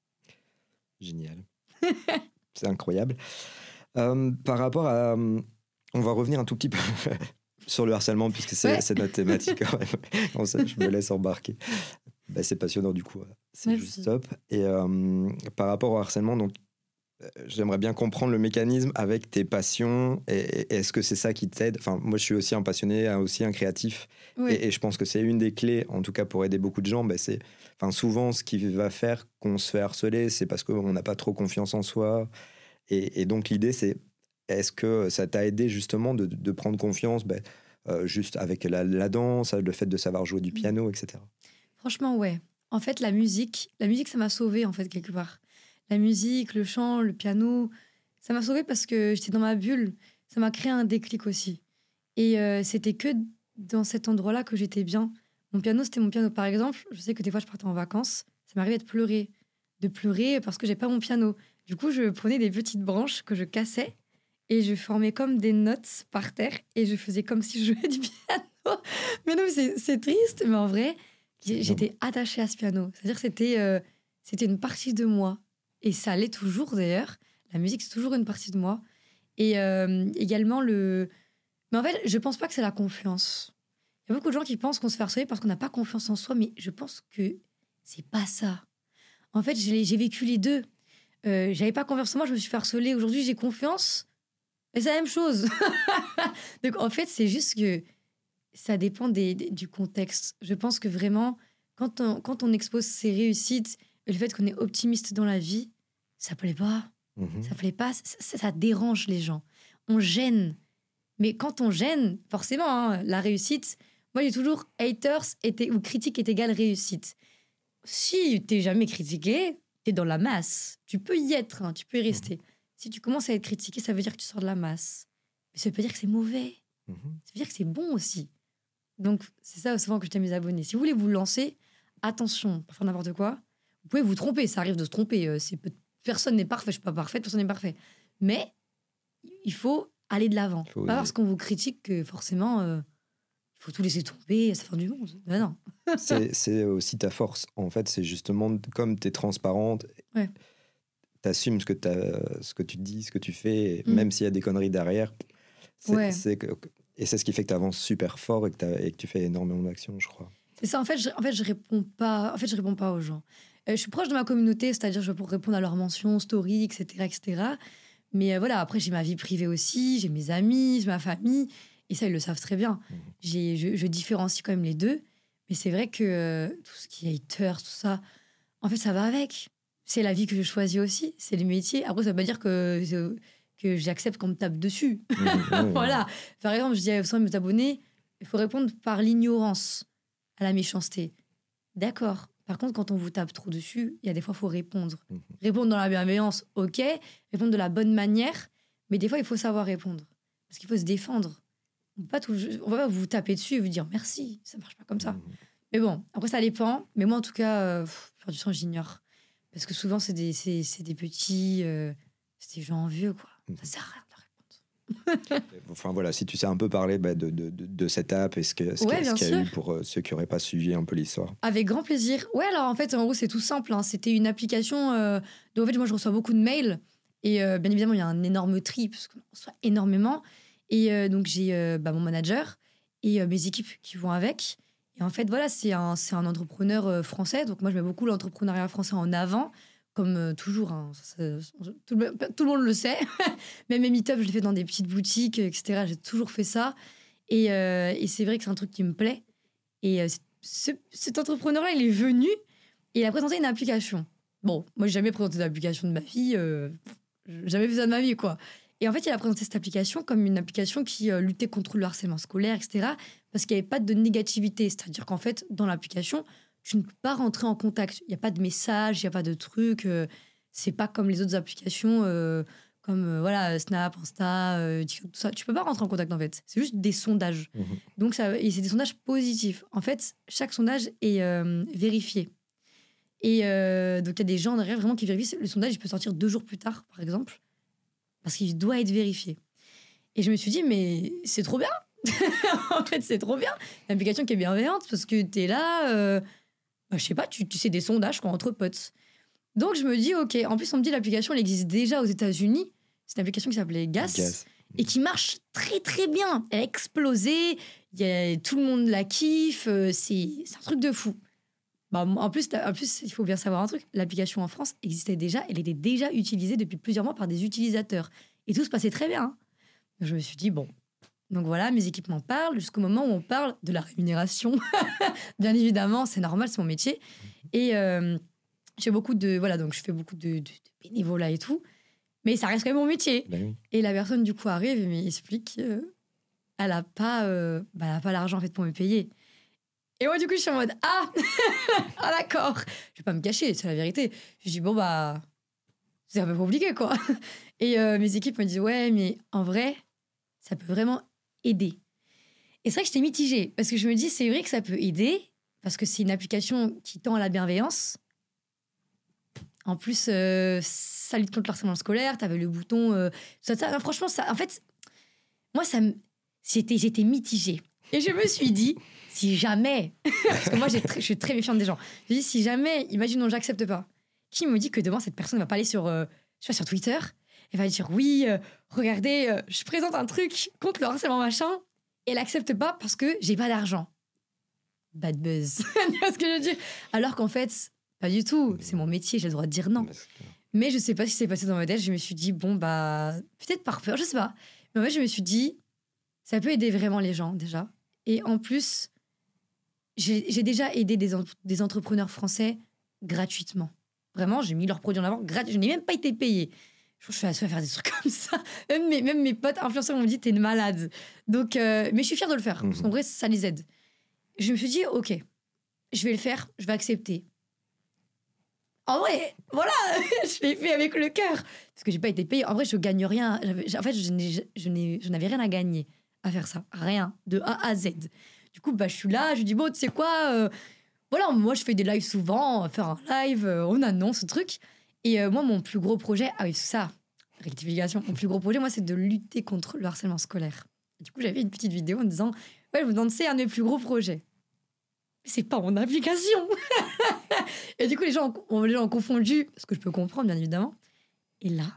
Génial. C'est incroyable. Euh, par rapport à... euh, On va revenir un tout petit peu sur le harcèlement, puisque c'est, Ouais. c'est notre thématique quand même. Comme ça, je me laisse embarquer. Bah, c'est passionnant du coup. C'est Merci. juste top. Et euh, par rapport au harcèlement, donc, euh, j'aimerais bien comprendre le mécanisme avec tes passions. Et, et est-ce que c'est ça qui t'aide? Enfin, moi, je suis aussi un passionné, hein, aussi un créatif. Oui. Et, et je pense que c'est une des clés, en tout cas pour aider beaucoup de gens. Bah, c'est, enfin, souvent, ce qui va faire qu'on se fait harceler, c'est parce qu'on n'a pas trop confiance en soi. Et, et donc, l'idée, c'est est-ce que ça t'a aidé justement de, de prendre confiance bah, euh, juste avec la, la danse, le fait de savoir jouer du piano, et cetera. Franchement, ouais. En fait, la musique, la musique, ça m'a sauvée, en fait, quelque part. La musique, le chant, le piano, Ça m'a sauvée parce que j'étais dans ma bulle. Ça m'a créé un déclic aussi. Et euh, c'était que dans cet endroit-là que j'étais bien. Mon piano, c'était mon piano. Par exemple, je sais que des fois, je partais en vacances. Ça m'arrivait de pleurer. De pleurer parce que j'ai pas mon piano. Du coup, je prenais des petites branches que je cassais et je formais comme des notes par terre et je faisais comme si je jouais du piano. Mais non, c'est, c'est triste. Mais en vrai, j'étais attachée à ce piano. C'est-à-dire que c'était, euh, c'était une partie de moi. Et ça l'est toujours, d'ailleurs. La musique, c'est toujours une partie de moi. Et euh, également, le... Mais en fait, je pense pas que c'est la confiance. Il y a beaucoup de gens qui pensent qu'on se fait harceler parce qu'on n'a pas confiance en soi, mais je pense que c'est pas ça. En fait, j'ai, j'ai vécu les deux. Euh, j'avais pas confiance en moi, je me suis fait harceler. Aujourd'hui, j'ai confiance. Et c'est la même chose. Donc, en fait, c'est juste que ça dépend des, des- du contexte. Je pense que vraiment, quand on, quand on expose ses réussites et le fait qu'on est optimiste dans la vie, ça plaît pas. Mhm. Ça plaît pas. Ça, ça- ça dérange les gens. On gêne. Mais quand on gêne, forcément, hein, la réussite, moi, j'ai toujours haters était, ou critique est égale réussite. Si t'es jamais critiqué, t'es dans la masse. Tu peux y être, hein, tu peux y rester. Si tu commences à être critiqué, ça veut dire que tu sors de la masse. Mais ça veut pas dire que c'est mauvais. Mhm. Ça veut dire que c'est bon aussi. Donc, c'est ça souvent que je dis à mes abonnés. Si vous voulez vous lancer, attention, pas faire n'importe quoi. Vous pouvez vous tromper, ça arrive de se tromper. euh, C'est, peut- personne n'est parfait, je suis pas parfaite, personne n'est parfait. Mais il faut aller de l'avant. Faut Pas oser. parce qu'on vous critique que forcément, euh, il faut tout laisser tomber, c'est la fin du monde. Ben non. C'est, c'est aussi ta force. En fait, c'est justement comme tu es transparente, Ouais. tu assumes ce que, t'as- ce que tu dis, ce que tu fais, et Mm. même s'il y a des conneries derrière. C'est, Ouais. c'est que- et c'est ce qui fait que tu avances super fort et que, t'as- et que tu fais énormément d'actions, je crois. C'est ça, en fait, je, en fait, je réponds pas. En fait, je réponds pas aux gens. Euh, je suis proche de ma communauté, c'est-à-dire je peux répondre à leurs mentions, stories, et cetera, et cetera. Mais euh, voilà, après j'ai ma vie privée aussi, j'ai mes amis, j'ai ma famille, et ça ils le savent très bien. Mhm. J'ai, je, je différencie quand même les deux, mais c'est vrai que euh, tout ce qui est hater, tout ça, en fait, ça va avec. C'est la vie que je choisis aussi, c'est les métiers. Après, ça veut pas dire que que j'accepte qu'on me tape dessus. Mhm, ouais, Voilà. Par exemple, je dis à mes abonnés, il faut répondre par l'ignorance à la méchanceté. D'accord. Par contre, quand on vous tape trop dessus, il y a des fois, il faut répondre. Mhm. Répondre dans la bienveillance, ok. Répondre de la bonne manière. Mais des fois, il faut savoir répondre. Parce qu'il faut se défendre. On ne va pas tout- on va pas vous taper dessus et vous dire merci. Ça marche pas comme ça. Mhm. Mais bon, après, ça dépend. Mais moi, en tout cas, euh, pff, la plupart du temps, j'ignore. Parce que souvent, c'est des, c'est, c'est des petits... euh, c'est des gens vieux, quoi. Mhm. Ça sert à rien de leur répondre. Enfin voilà, si tu sais un peu parler bah, de, de, de, de cette app et ce, que, ce, Ouais, qu'il y a- bien ce qu'il y a eu sûr. pour euh, ceux qui n'auraient pas suivi un peu l'histoire. Avec grand plaisir. Ouais, alors en fait, en gros, c'est tout simple. hein. C'était une application. Euh, donc en fait, moi, je reçois beaucoup de mails. Et euh, bien évidemment, il y a un énorme tri, parce qu'on reçoit énormément. Et euh, donc, j'ai euh, bah, mon manager et euh, mes équipes qui vont avec. Et en fait, voilà, c'est un, c'est un entrepreneur euh, français. Donc, moi, je mets beaucoup l'entrepreneuriat français en avant, comme euh, toujours. hein. Ça, ça, tout, le, tout le monde le sait. Même mes meet-ups, je les fais dans des petites boutiques, et cetera. J'ai toujours fait ça. Et, euh, et c'est vrai que c'est un truc qui me plaît. Et euh, ce- cet entrepreneur-là, il est venu et il a présenté une application. Bon, moi, j'ai jamais présenté d'application de ma vie. Euh, j'ai jamais fait ça de ma vie, quoi. Et en fait, il a présenté cette application comme une application qui euh, luttait contre le harcèlement scolaire, et cetera. Parce qu'il n'y avait pas de négativité. C'est-à-dire qu'en fait, dans l'application, tu ne peux pas rentrer en contact. Il n'y a pas de message, il n'y a pas de truc. Euh, c'est pas comme les autres applications, euh, comme euh, voilà, Snap, Insta, euh, TikTok, tout ça. Tu peux pas rentrer en contact, en fait. C'est juste des sondages. Mhm. Donc, ça, et c'est des sondages positifs. En fait, chaque sondage est euh, vérifié. Et euh, donc, il y a des gens derrière vraiment qui vérifient. Le sondage, il peut sortir deux jours plus tard, par exemple, parce qu'il doit être vérifié. Et je me suis dit, mais c'est trop bien. En fait, c'est trop bien. Une application qui est bienveillante parce que tu es là, euh, bah, je sais pas, tu, tu sais des sondages quoi, entre potes. Donc, je me dis, OK. En plus, on me dit l'application, elle existe déjà aux États-Unis. C'est une application qui s'appelait Gas. Gaz. Et qui marche très très bien. Elle a explosé, il y a, tout le monde la kiffe, euh, c'est, c'est un truc de fou. Bah, en, plus, en plus, il faut bien savoir un truc, l'application en France existait déjà, elle était déjà utilisée depuis plusieurs mois par des utilisateurs. Et tout se passait très bien. Donc, je me suis dit, bon, donc voilà, mes équipes m'en parlent jusqu'au moment où on parle de la rémunération. Bien évidemment, c'est normal, c'est mon métier. Et euh, j'ai beaucoup de, voilà, donc je fais beaucoup de, de, de bénévolat et tout. Mais ça reste quand même mon métier. Ben oui. Et la personne, du coup, arrive et m'explique qu'elle n'a pas, euh, bah, elle a pas l'argent en fait, pour me payer. Et moi, du coup, je suis en mode Ah, ah d'accord. Je vais pas me cacher, c'est la vérité. Je dis Bon, bah, c'est un peu compliqué, quoi. Et euh, mes équipes me disent, ouais, mais en vrai, ça peut vraiment aider. Et c'est vrai que j'étais mitigée, parce que je me dis, c'est vrai que ça peut aider, parce que c'est une application qui tend à la bienveillance. En plus, euh, ça lutte contre le harcèlement scolaire, t'avais le bouton... Euh, ça, ça, franchement, ça, en fait, moi, ça me, j'étais, j'étais mitigée. Et je me suis dit, si jamais... parce que moi, j'ai très, je suis très méfiante des gens. Je me dis, si jamais, imaginons, j'accepte pas, qui me dit que demain, cette personne ne va pas aller sur, euh, je sais pas, sur Twitter, elle va dire, oui, euh, regardez, euh, je présente un truc contre le harcèlement machin, et elle accepte pas parce que j'ai pas d'argent. Bad buzz. Tu vois ce que je veux dire? Alors qu'en fait, pas du tout. C'est mon métier, j'ai le droit de dire non. Mais je sais pas ce qui s'est passé dans ma tête. Je me suis dit, bon, bah, peut-être par peur, je sais pas. Mais en fait, je me suis dit, ça peut aider vraiment les gens, déjà. Et en plus, j'ai, j'ai déjà aidé des, en- des entrepreneurs français gratuitement. Vraiment, j'ai mis leurs produits en avant gratuitement. Je n'ai même pas été payée. Je suis assurée à faire des trucs comme ça. Même mes, même mes potes influenceurs m'ont dit, t'es une malade. Donc, euh, mais je suis fière de le faire. Mmh. Parce qu'en vrai, ça les aide. Je me suis dit, ok, je vais le faire, je vais accepter. En vrai, voilà, je l'ai fait avec le cœur. Parce que j'ai pas été payée. En vrai, je gagne rien. J'avais- En fait, je, n'ai, je, n'ai, je n'avais rien à gagner à faire ça. Rien. De A à Z. Du coup, bah, je suis là, je dis, bon, tu sais quoi, euh, voilà, moi, je fais des lives souvent. Faire un live, euh, on annonce ce truc. Et euh, moi, mon plus gros projet, ah oui, c'est ça, rectification. Mon plus gros projet, moi, c'est de lutter contre le harcèlement scolaire. Et du coup, j'avais une petite vidéo en disant, ouais, je vous demande, c'est un de mes plus gros projets. Mais c'est pas mon application. Et du coup, les gens ont, les gens ont confondu, ce que je peux comprendre, bien évidemment. Et là,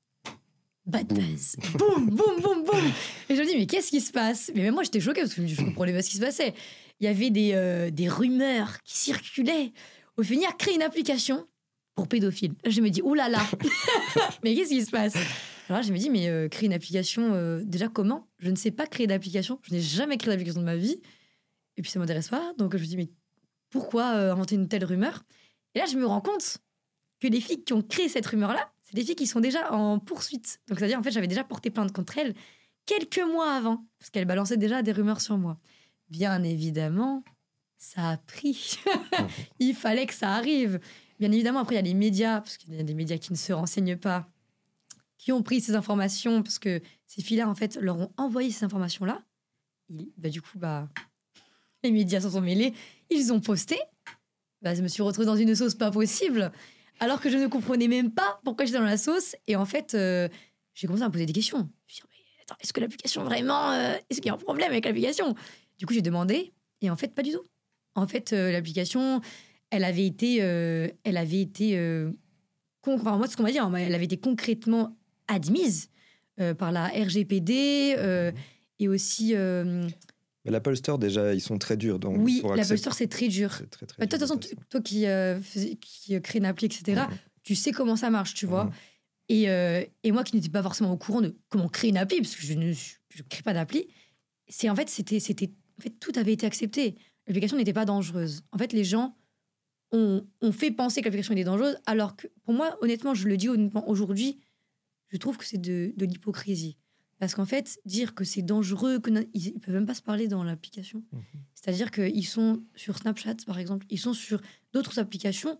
bad buzz. Boum, boum, boum, boum. Et je me dis, mais qu'est-ce qui se passe? Mais même moi, j'étais choquée parce que je comprenais pas ce qui se passait. Il y avait des, euh, des rumeurs qui circulaient. Au finir, créer une application pour pédophiles. Je me dis, oh là là. Mais qu'est-ce qui se passe? Alors là, je me dis, mais euh, créer une application, euh, déjà comment? Je ne sais pas créer d'application. Je n'ai jamais créé d'application de ma vie. Et puis ça m'intéresse pas. Donc je me dis, mais pourquoi euh, inventer une telle rumeur? Et là, je me rends compte que les filles qui ont créé cette rumeur-là, c'est des filles qui sont déjà en poursuite. Donc c'est-à-dire, en fait, j'avais déjà porté plainte contre elles quelques mois avant, parce qu'elles balançaient déjà des rumeurs sur moi. Bien évidemment, ça a pris. Il fallait que ça arrive. Bien évidemment, après, il y a les médias, parce qu'il y a des médias qui ne se renseignent pas, qui ont pris ces informations, parce que ces filles-là, en fait, leur ont envoyé ces informations-là. Et, bah, du coup, bah... les médias s'en sont mêlés, ils ont posté. Bah, je me suis retrouvée dans une sauce pas possible, alors que je ne comprenais même pas pourquoi j'étais dans la sauce. Et en fait, euh, j'ai commencé à me poser des questions. Je me suis dit, mais attends, est-ce que l'application vraiment... Euh, est-ce qu'il y a un problème avec l'application? Du coup, j'ai demandé, et en fait, pas du tout. En fait, euh, l'application, elle avait été... Euh, elle avait été euh, con... enfin, moi, c'est ce qu'on m'a dit, hein, elle avait été concrètement admise euh, par la R G P D euh, et aussi... Euh, Mais l'Apple Store, déjà, ils sont très durs. Donc oui, pour l'Apple accepter... Store, c'est très dur. C'est très, très bah, toi, de toute façon, toi qui, euh, faisais, qui crée une appli, et cetera, mmh. tu sais comment ça marche, tu vois. Mmh. Et, euh, et moi qui n'étais pas forcément au courant de comment créer une appli, parce que je ne je crée pas d'appli, c'est en fait, c'était, c'était, en fait, tout avait été accepté. L'application n'était pas dangereuse. En fait, les gens ont, ont fait penser que l'application était dangereuse, alors que, pour moi, honnêtement, je le dis honnêtement, aujourd'hui, je trouve que c'est de, de l'hypocrisie. Parce qu'en fait, dire que c'est dangereux, qu'ils ne peuvent même pas se parler dans l'application. Mmh. C'est-à-dire qu'ils sont sur Snapchat, par exemple, ils sont sur d'autres applications,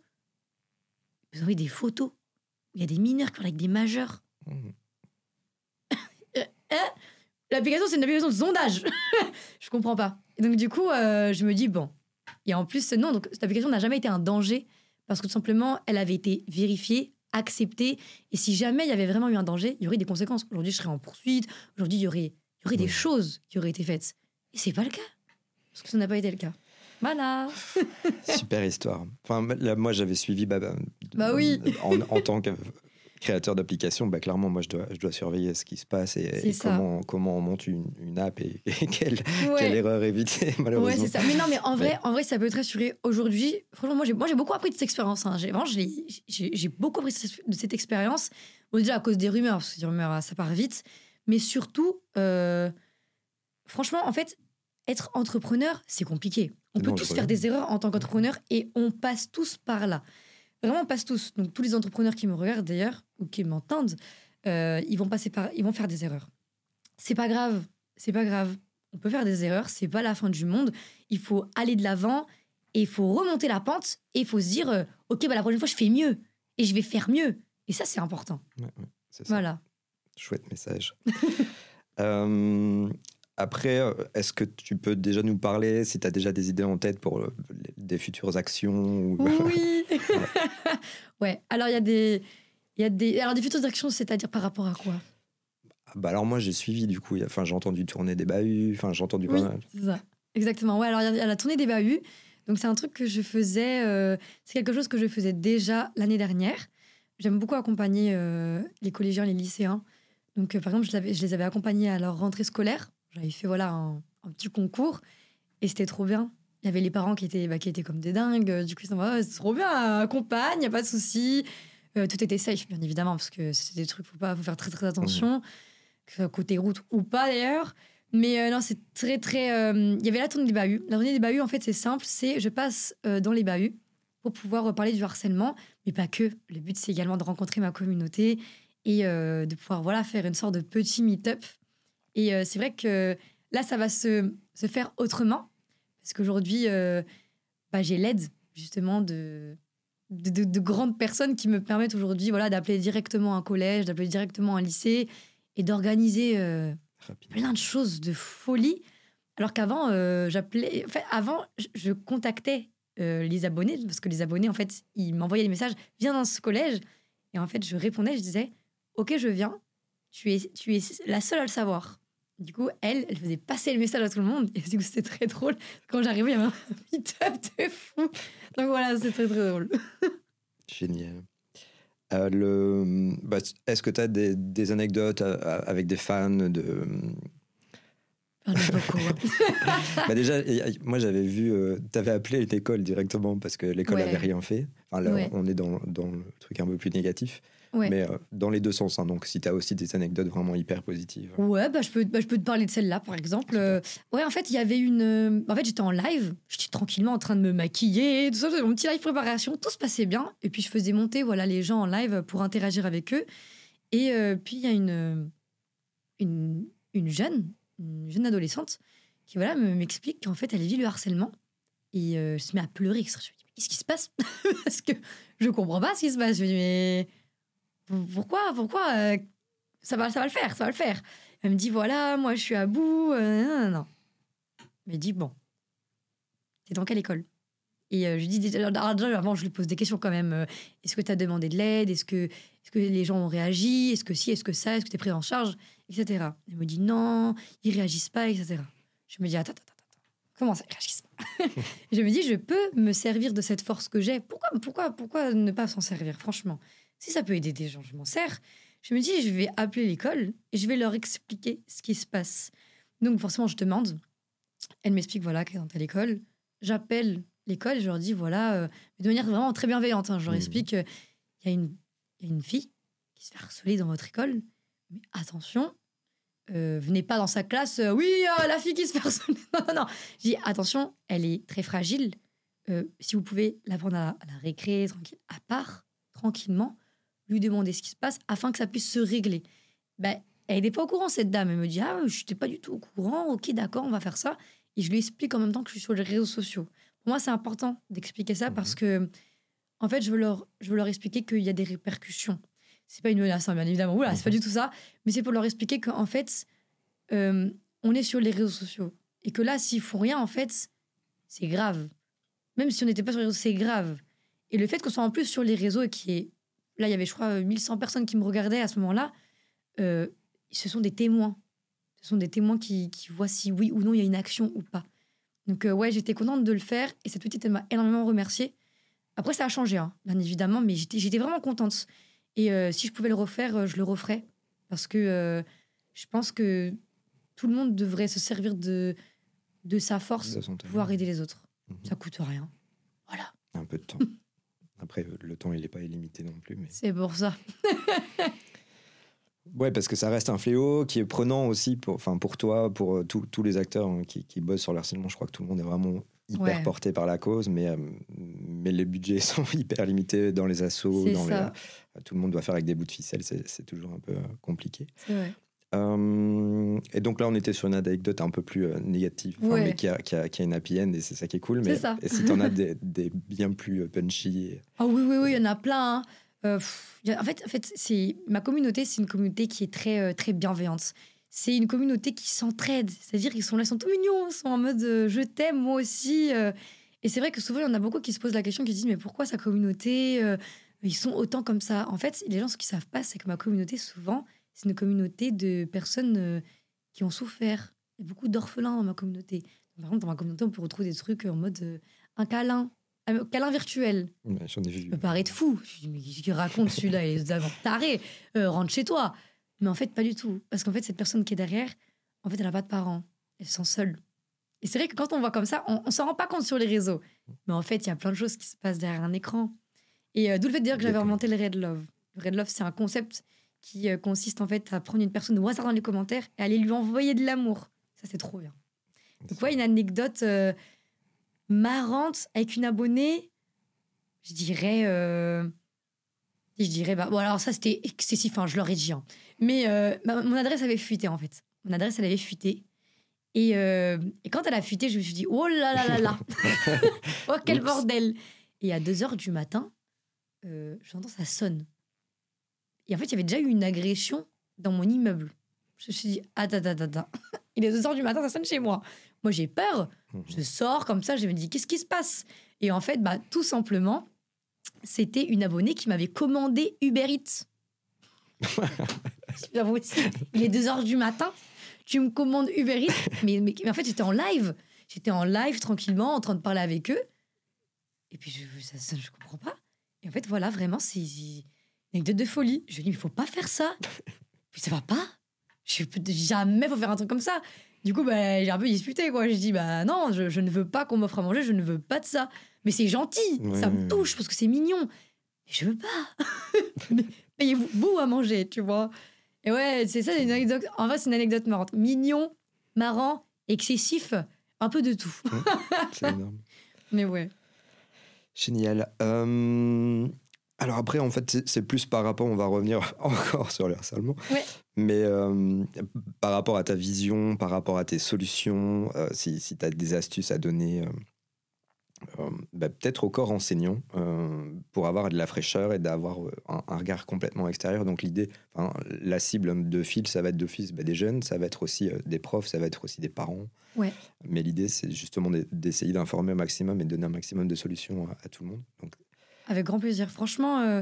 vous avez des photos. Il y a des mineurs qui parlent avec des majeurs. Mmh. hein L'application, c'est une application de sondage. Je comprends pas. Et donc, du coup, euh, je me dis, bon. Et en plus, non, donc, cette application n'a jamais été un danger parce que tout simplement, elle avait été vérifiée, acceptée. Et si jamais il y avait vraiment eu un danger, il y aurait des conséquences. Aujourd'hui, je serais en poursuite. Aujourd'hui, il y aurait, il y aurait mmh. des choses qui auraient été faites. Et c'est pas le cas. Parce que ça n'a pas été le cas. Voilà. Super histoire. Enfin, là, moi, j'avais suivi bah, bah, bah oui. en, en tant que créateur d'application. Bah, clairement, moi, je dois, je dois surveiller ce qui se passe et, et comment, comment on monte une, une app et, et quelle, ouais. quelle erreur éviter, malheureusement. Ouais, c'est ça. Mais non, mais en vrai, ouais. en vrai ça peut te rassurer. Aujourd'hui, franchement, moi, j'ai, moi, j'ai beaucoup appris de cette expérience. Hein. J'ai, vraiment, j'ai, j'ai, j'ai beaucoup appris de cette expérience. Bon, déjà, à cause des rumeurs, parce que les rumeurs, ça part vite. Mais surtout, euh, franchement, en fait, être entrepreneur, c'est compliqué. On peut non, tous faire des erreurs en tant qu'entrepreneur et on passe tous par là. Vraiment, on passe tous. Donc, tous les entrepreneurs qui me regardent d'ailleurs ou qui m'entendent, euh, ils vont passer par, ils vont faire des erreurs. C'est pas grave. C'est pas grave. On peut faire des erreurs. C'est pas la fin du monde. Il faut aller de l'avant et il faut remonter la pente et il faut se dire, euh, ok, bah la prochaine fois je fais mieux et je vais faire mieux. Et ça, c'est important. Ouais, ouais, c'est ça. Voilà. Chouette message. euh, après, est-ce que tu peux déjà nous parler, si tu as déjà des idées en tête pour euh, des futures actions ou... Oui. ouais. ouais. Alors, il y a des... Il y a des... Alors, des futures actions, c'est-à-dire par rapport à quoi? Bah alors, moi, j'ai suivi, du coup. Enfin, j'ai entendu tourner des bahuts. Enfin, j'ai entendu oui, pas mal. c'est ça. Exactement. Ouais, alors, il y a la tournée des bahuts. Donc, c'est un truc que je faisais... Euh... C'est quelque chose que je faisais déjà l'année dernière. J'aime beaucoup accompagner euh, les collégiens, les lycéens. Donc, euh, par exemple, je, je les avais accompagnés à leur rentrée scolaire. J'avais fait voilà, un, un petit concours et c'était trop bien. Il y avait les parents qui étaient, bah, qui étaient comme des dingues. Du coup, ils sont oh, c'est trop bien, accompagne, il n'y a pas de souci. Euh, tout était safe, bien évidemment, parce que c'est des trucs, il faut, pas, faut faire très, très attention. Mmh. Que ce soit côté route ou pas, d'ailleurs. Mais euh, non, c'est très, très... Il euh, y avait la tournée des bahuts. La tournée des bahuts, en fait, c'est simple. C'est je passe euh, dans les bahuts pour pouvoir parler du harcèlement, mais pas que. Le but, c'est également de rencontrer ma communauté et euh, de pouvoir voilà, faire une sorte de petit meet-up. Et euh, c'est vrai que là, ça va se, se faire autrement. Parce qu'aujourd'hui, euh, bah, j'ai l'aide, justement, de, de, de, de grandes personnes qui me permettent aujourd'hui voilà, d'appeler directement un collège, d'appeler directement un lycée et d'organiser euh, plein de choses de folie. Alors qu'avant, euh, j'appelais... Enfin, avant, je, je contactais euh, les abonnés, parce que les abonnés, en fait, ils m'envoyaient des messages « Viens dans ce collège ». Et en fait, je répondais, je disais « Ok, je viens. Tu es, tu es la seule à le savoir. » Du coup, elle, elle faisait passer le message à tout le monde. Et du coup, c'était très drôle. Quand j'arrivais, il y avait un meet-up de fou. Donc voilà, c'est très, très drôle. Génial. Euh, le... bah, est-ce que tu as des, des anecdotes avec des fans de... beaucoup. bah déjà, moi, j'avais vu... Euh, tu avais appelé l'école directement parce que l'école n'avait ouais. rien fait. Enfin, là, ouais. on est dans, dans le truc un peu plus négatif. Ouais. Mais euh, dans les deux sens. Hein, donc, si tu as aussi des anecdotes vraiment hyper positives. Ouais, bah, je, peux, bah, je peux te parler de celle-là, par exemple. Euh, ouais, en fait, il y avait une... Euh, en fait, j'étais en live. J'étais tranquillement en train de me maquiller. Tout ça, mon petit live préparation. Tout se passait bien. Et puis, je faisais monter voilà, les gens en live pour interagir avec eux. Et euh, puis, il y a une, une, une jeune, une jeune adolescente qui voilà, m'explique qu'en fait, elle vit le harcèlement. Et euh, je se mets à pleurer. Je me dis, mais qu'est-ce qui se passe? Parce que je comprends pas ce qui se passe. Je me dis, mais... Pourquoi Pourquoi euh, ça, va, ça va le faire, ça va le faire. Elle me dit, voilà, moi, je suis à bout. Euh, non, non, non. Elle me dit, bon, t'es dans quelle école? Et euh, je lui dis, déjà, avant, je lui pose des questions quand même. Euh, est-ce que t'as demandé de l'aide? Est-ce que, est-ce que les gens ont réagi? Est-ce que si? Est-ce que ça? Est-ce que t'es pris en charge? Etc. Elle me dit, non, ils réagissent pas, et cetera. Je me dis, attends, attends, attends. Comment ça, ils réagissent pas? Je me dis, je peux me servir de cette force que j'ai. Pourquoi, pourquoi, pourquoi ne pas s'en servir, franchement? Si ça peut aider des gens, je m'en sers. Je me dis, je vais appeler l'école et je vais leur expliquer ce qui se passe. Donc, forcément, je demande. Elle m'explique, voilà, qu'elle est dans telle école. J'appelle l'école et je leur dis, voilà, euh, de manière vraiment très bienveillante. Hein, je leur mmh. explique qu'il y, y a une fille qui se fait harceler dans votre école. Mais attention, euh, venez pas dans sa classe. Euh, oui, euh, la fille qui se fait harceler. Non, non, non. Je dis, attention, elle est très fragile. Euh, si vous pouvez la prendre à la, à la récré, tranquille, à part, tranquillement, lui demander ce qui se passe afin que ça puisse se régler. Ben, elle n'était pas au courant, cette dame. Elle me dit, ah, je n'étais pas du tout au courant. Ok, d'accord, on va faire ça. Et je lui explique en même temps que je suis sur les réseaux sociaux. Pour moi, c'est important d'expliquer ça mmh. parce que, en fait, je veux leur, je veux leur expliquer qu'il y a des répercussions. C'est pas une menace, hein, bien évidemment. Oula, mmh. c'est pas du tout ça. Mais c'est pour leur expliquer qu'en fait, euh, on est sur les réseaux sociaux. Et que là, s'ils font rien, en fait, c'est grave. Même si on n'était pas sur les réseaux, c'est grave. Et le fait qu'on soit en plus sur les réseaux et qu'il y ait... Là, il y avait, je crois, mille cent personnes qui me regardaient à ce moment-là. Euh, ce sont des témoins. Ce sont des témoins qui, qui voient si oui ou non il y a une action ou pas. Donc, euh, ouais, j'étais contente de le faire. Et cette petite, elle m'a énormément remerciée. Après, ça a changé, hein, bien évidemment. Mais j'étais, j'étais vraiment contente. Et euh, si je pouvais le refaire, euh, je le referais. Parce que euh, je pense que tout le monde devrait se servir de, de sa force pour pouvoir aider les autres. Mmh. Ça coûte rien. Voilà. Un peu de temps. Après, le temps, il n'est pas illimité non plus. Mais... C'est pour ça. Ouais, parce que ça reste un fléau qui est prenant aussi pour, pour toi, pour euh, tous les acteurs hein, qui, qui bossent sur le harcèlement. Je crois que tout le monde est vraiment hyper ouais. porté par la cause, mais, euh, mais les budgets sont hyper limités dans les assos. Dans les, euh, tout le monde doit faire avec des bouts de ficelle, c'est, c'est toujours un peu euh, compliqué. C'est vrai. Euh, et donc là, on était sur une anecdote un peu plus euh, négative, ouais. mais qui a, qui, a, qui a une happy end, et c'est ça qui est cool. Mais c'est ça. Et si t'en as des, des bien plus punchy... Ah oh, oui, oui, oui, il y en a plein. Hein. euh, pff, y a- en fait, en fait c'est, ma communauté, c'est une communauté qui est très, euh, très bienveillante. C'est une communauté qui s'entraide. C'est-à-dire qu'ils sont là, ils sont tout mignons. Ils sont en mode euh, je t'aime, moi aussi. euh. Et c'est vrai que souvent, il y en a beaucoup qui se posent la question, qui se disent mais pourquoi sa communauté euh, ils sont autant comme ça. En fait, les gens, ce qu'ils savent pas, c'est que ma communauté, souvent, c'est une communauté de personnes euh, qui ont souffert. Il y a beaucoup d'orphelins dans ma communauté. Par exemple, dans ma communauté, on peut retrouver des trucs en mode euh, un câlin, un câlin virtuel. Ouais, j'en ai vu. Ça peut paraître fou. Je dis, mais qu'est-ce qu'il raconte celui-là? Il est d'abord taré. Euh, rentre chez toi. Mais en fait, pas du tout. Parce qu'en fait, cette personne qui est derrière, en fait, elle n'a pas de parents. Elle se sent seule. Et c'est vrai que quand on voit comme ça, on ne s'en rend pas compte sur les réseaux. Mais en fait, il y a plein de choses qui se passent derrière un écran. Et euh, d'où le fait de dire que j'avais D'accord. inventé le Red Love. Le Red Love, c'est un concept qui euh, consiste en fait à prendre une personne au hasard dans les commentaires et aller lui envoyer de l'amour. Ça, c'est trop bien. Donc, ouais, une anecdote euh, marrante avec une abonnée, je dirais. Euh, je dirais. Bah, bon, alors, ça, c'était excessif, hein, je leur ai dit. Hein. Mais euh, ma- mon adresse avait fuité, en fait. Mon adresse, elle avait fuité. Et, euh, et quand elle a fuité, je me suis dit, oh là là là là oh, quel Oups. bordel. Et à deux heures du matin, euh, j'entends ça sonne. Et en fait, il y avait déjà eu une agression dans mon immeuble. Je me suis dit, attends, attends, attends. Il est deux heures du matin, ça sonne chez moi. Moi, j'ai peur. Je sors comme ça, je me dis, qu'est-ce qui se passe? Et en fait, bah, tout simplement, c'était une abonnée qui m'avait commandé Uber Eats. C'est pas possible. Il est deux heures du matin, tu me commandes Uber Eats. Mais, mais, mais en fait, j'étais en live. J'étais en live tranquillement, en train de parler avec eux. Et puis, je, ça, ça, je comprends pas. Et en fait, voilà, vraiment, c'est c'est une anecdote de folie. Je lui dis, mais il faut pas faire ça. Puis ça va pas. Je peux jamais faut faire un truc comme ça. Du coup, bah, j'ai un peu disputé, quoi. J'ai dit, bah non, je, je ne veux pas qu'on m'offre à manger, je ne veux pas de ça. Mais c'est gentil, Ouais, ça ouais, me touche parce que c'est mignon. Mais je veux pas. Mais payez-vous vous à manger, tu vois. Et ouais, c'est ça, une anecdote. En vrai, c'est une anecdote marrante. Mignon, marrant, excessif, un peu de tout. C'est énorme. Mais ouais. Génial. Euh, Alors après, en fait, c'est- c'est plus par rapport, on va revenir encore sur le harcèlement, Ouais. mais euh, par rapport à ta vision, par rapport à tes solutions, euh, si, si tu as des astuces à donner, euh, euh, bah, peut-être au corps enseignant, euh, pour avoir de la fraîcheur et d'avoir euh, un, un regard complètement extérieur. Donc l'idée, enfin, la cible de fil, ça va être d'office bah, des jeunes, ça va être aussi euh, des profs, ça va être aussi des parents. Ouais. Mais l'idée, c'est justement d'e- d'essayer d'informer au maximum et de donner un maximum de solutions à, à tout le monde. Donc, Avec grand plaisir. Franchement, euh,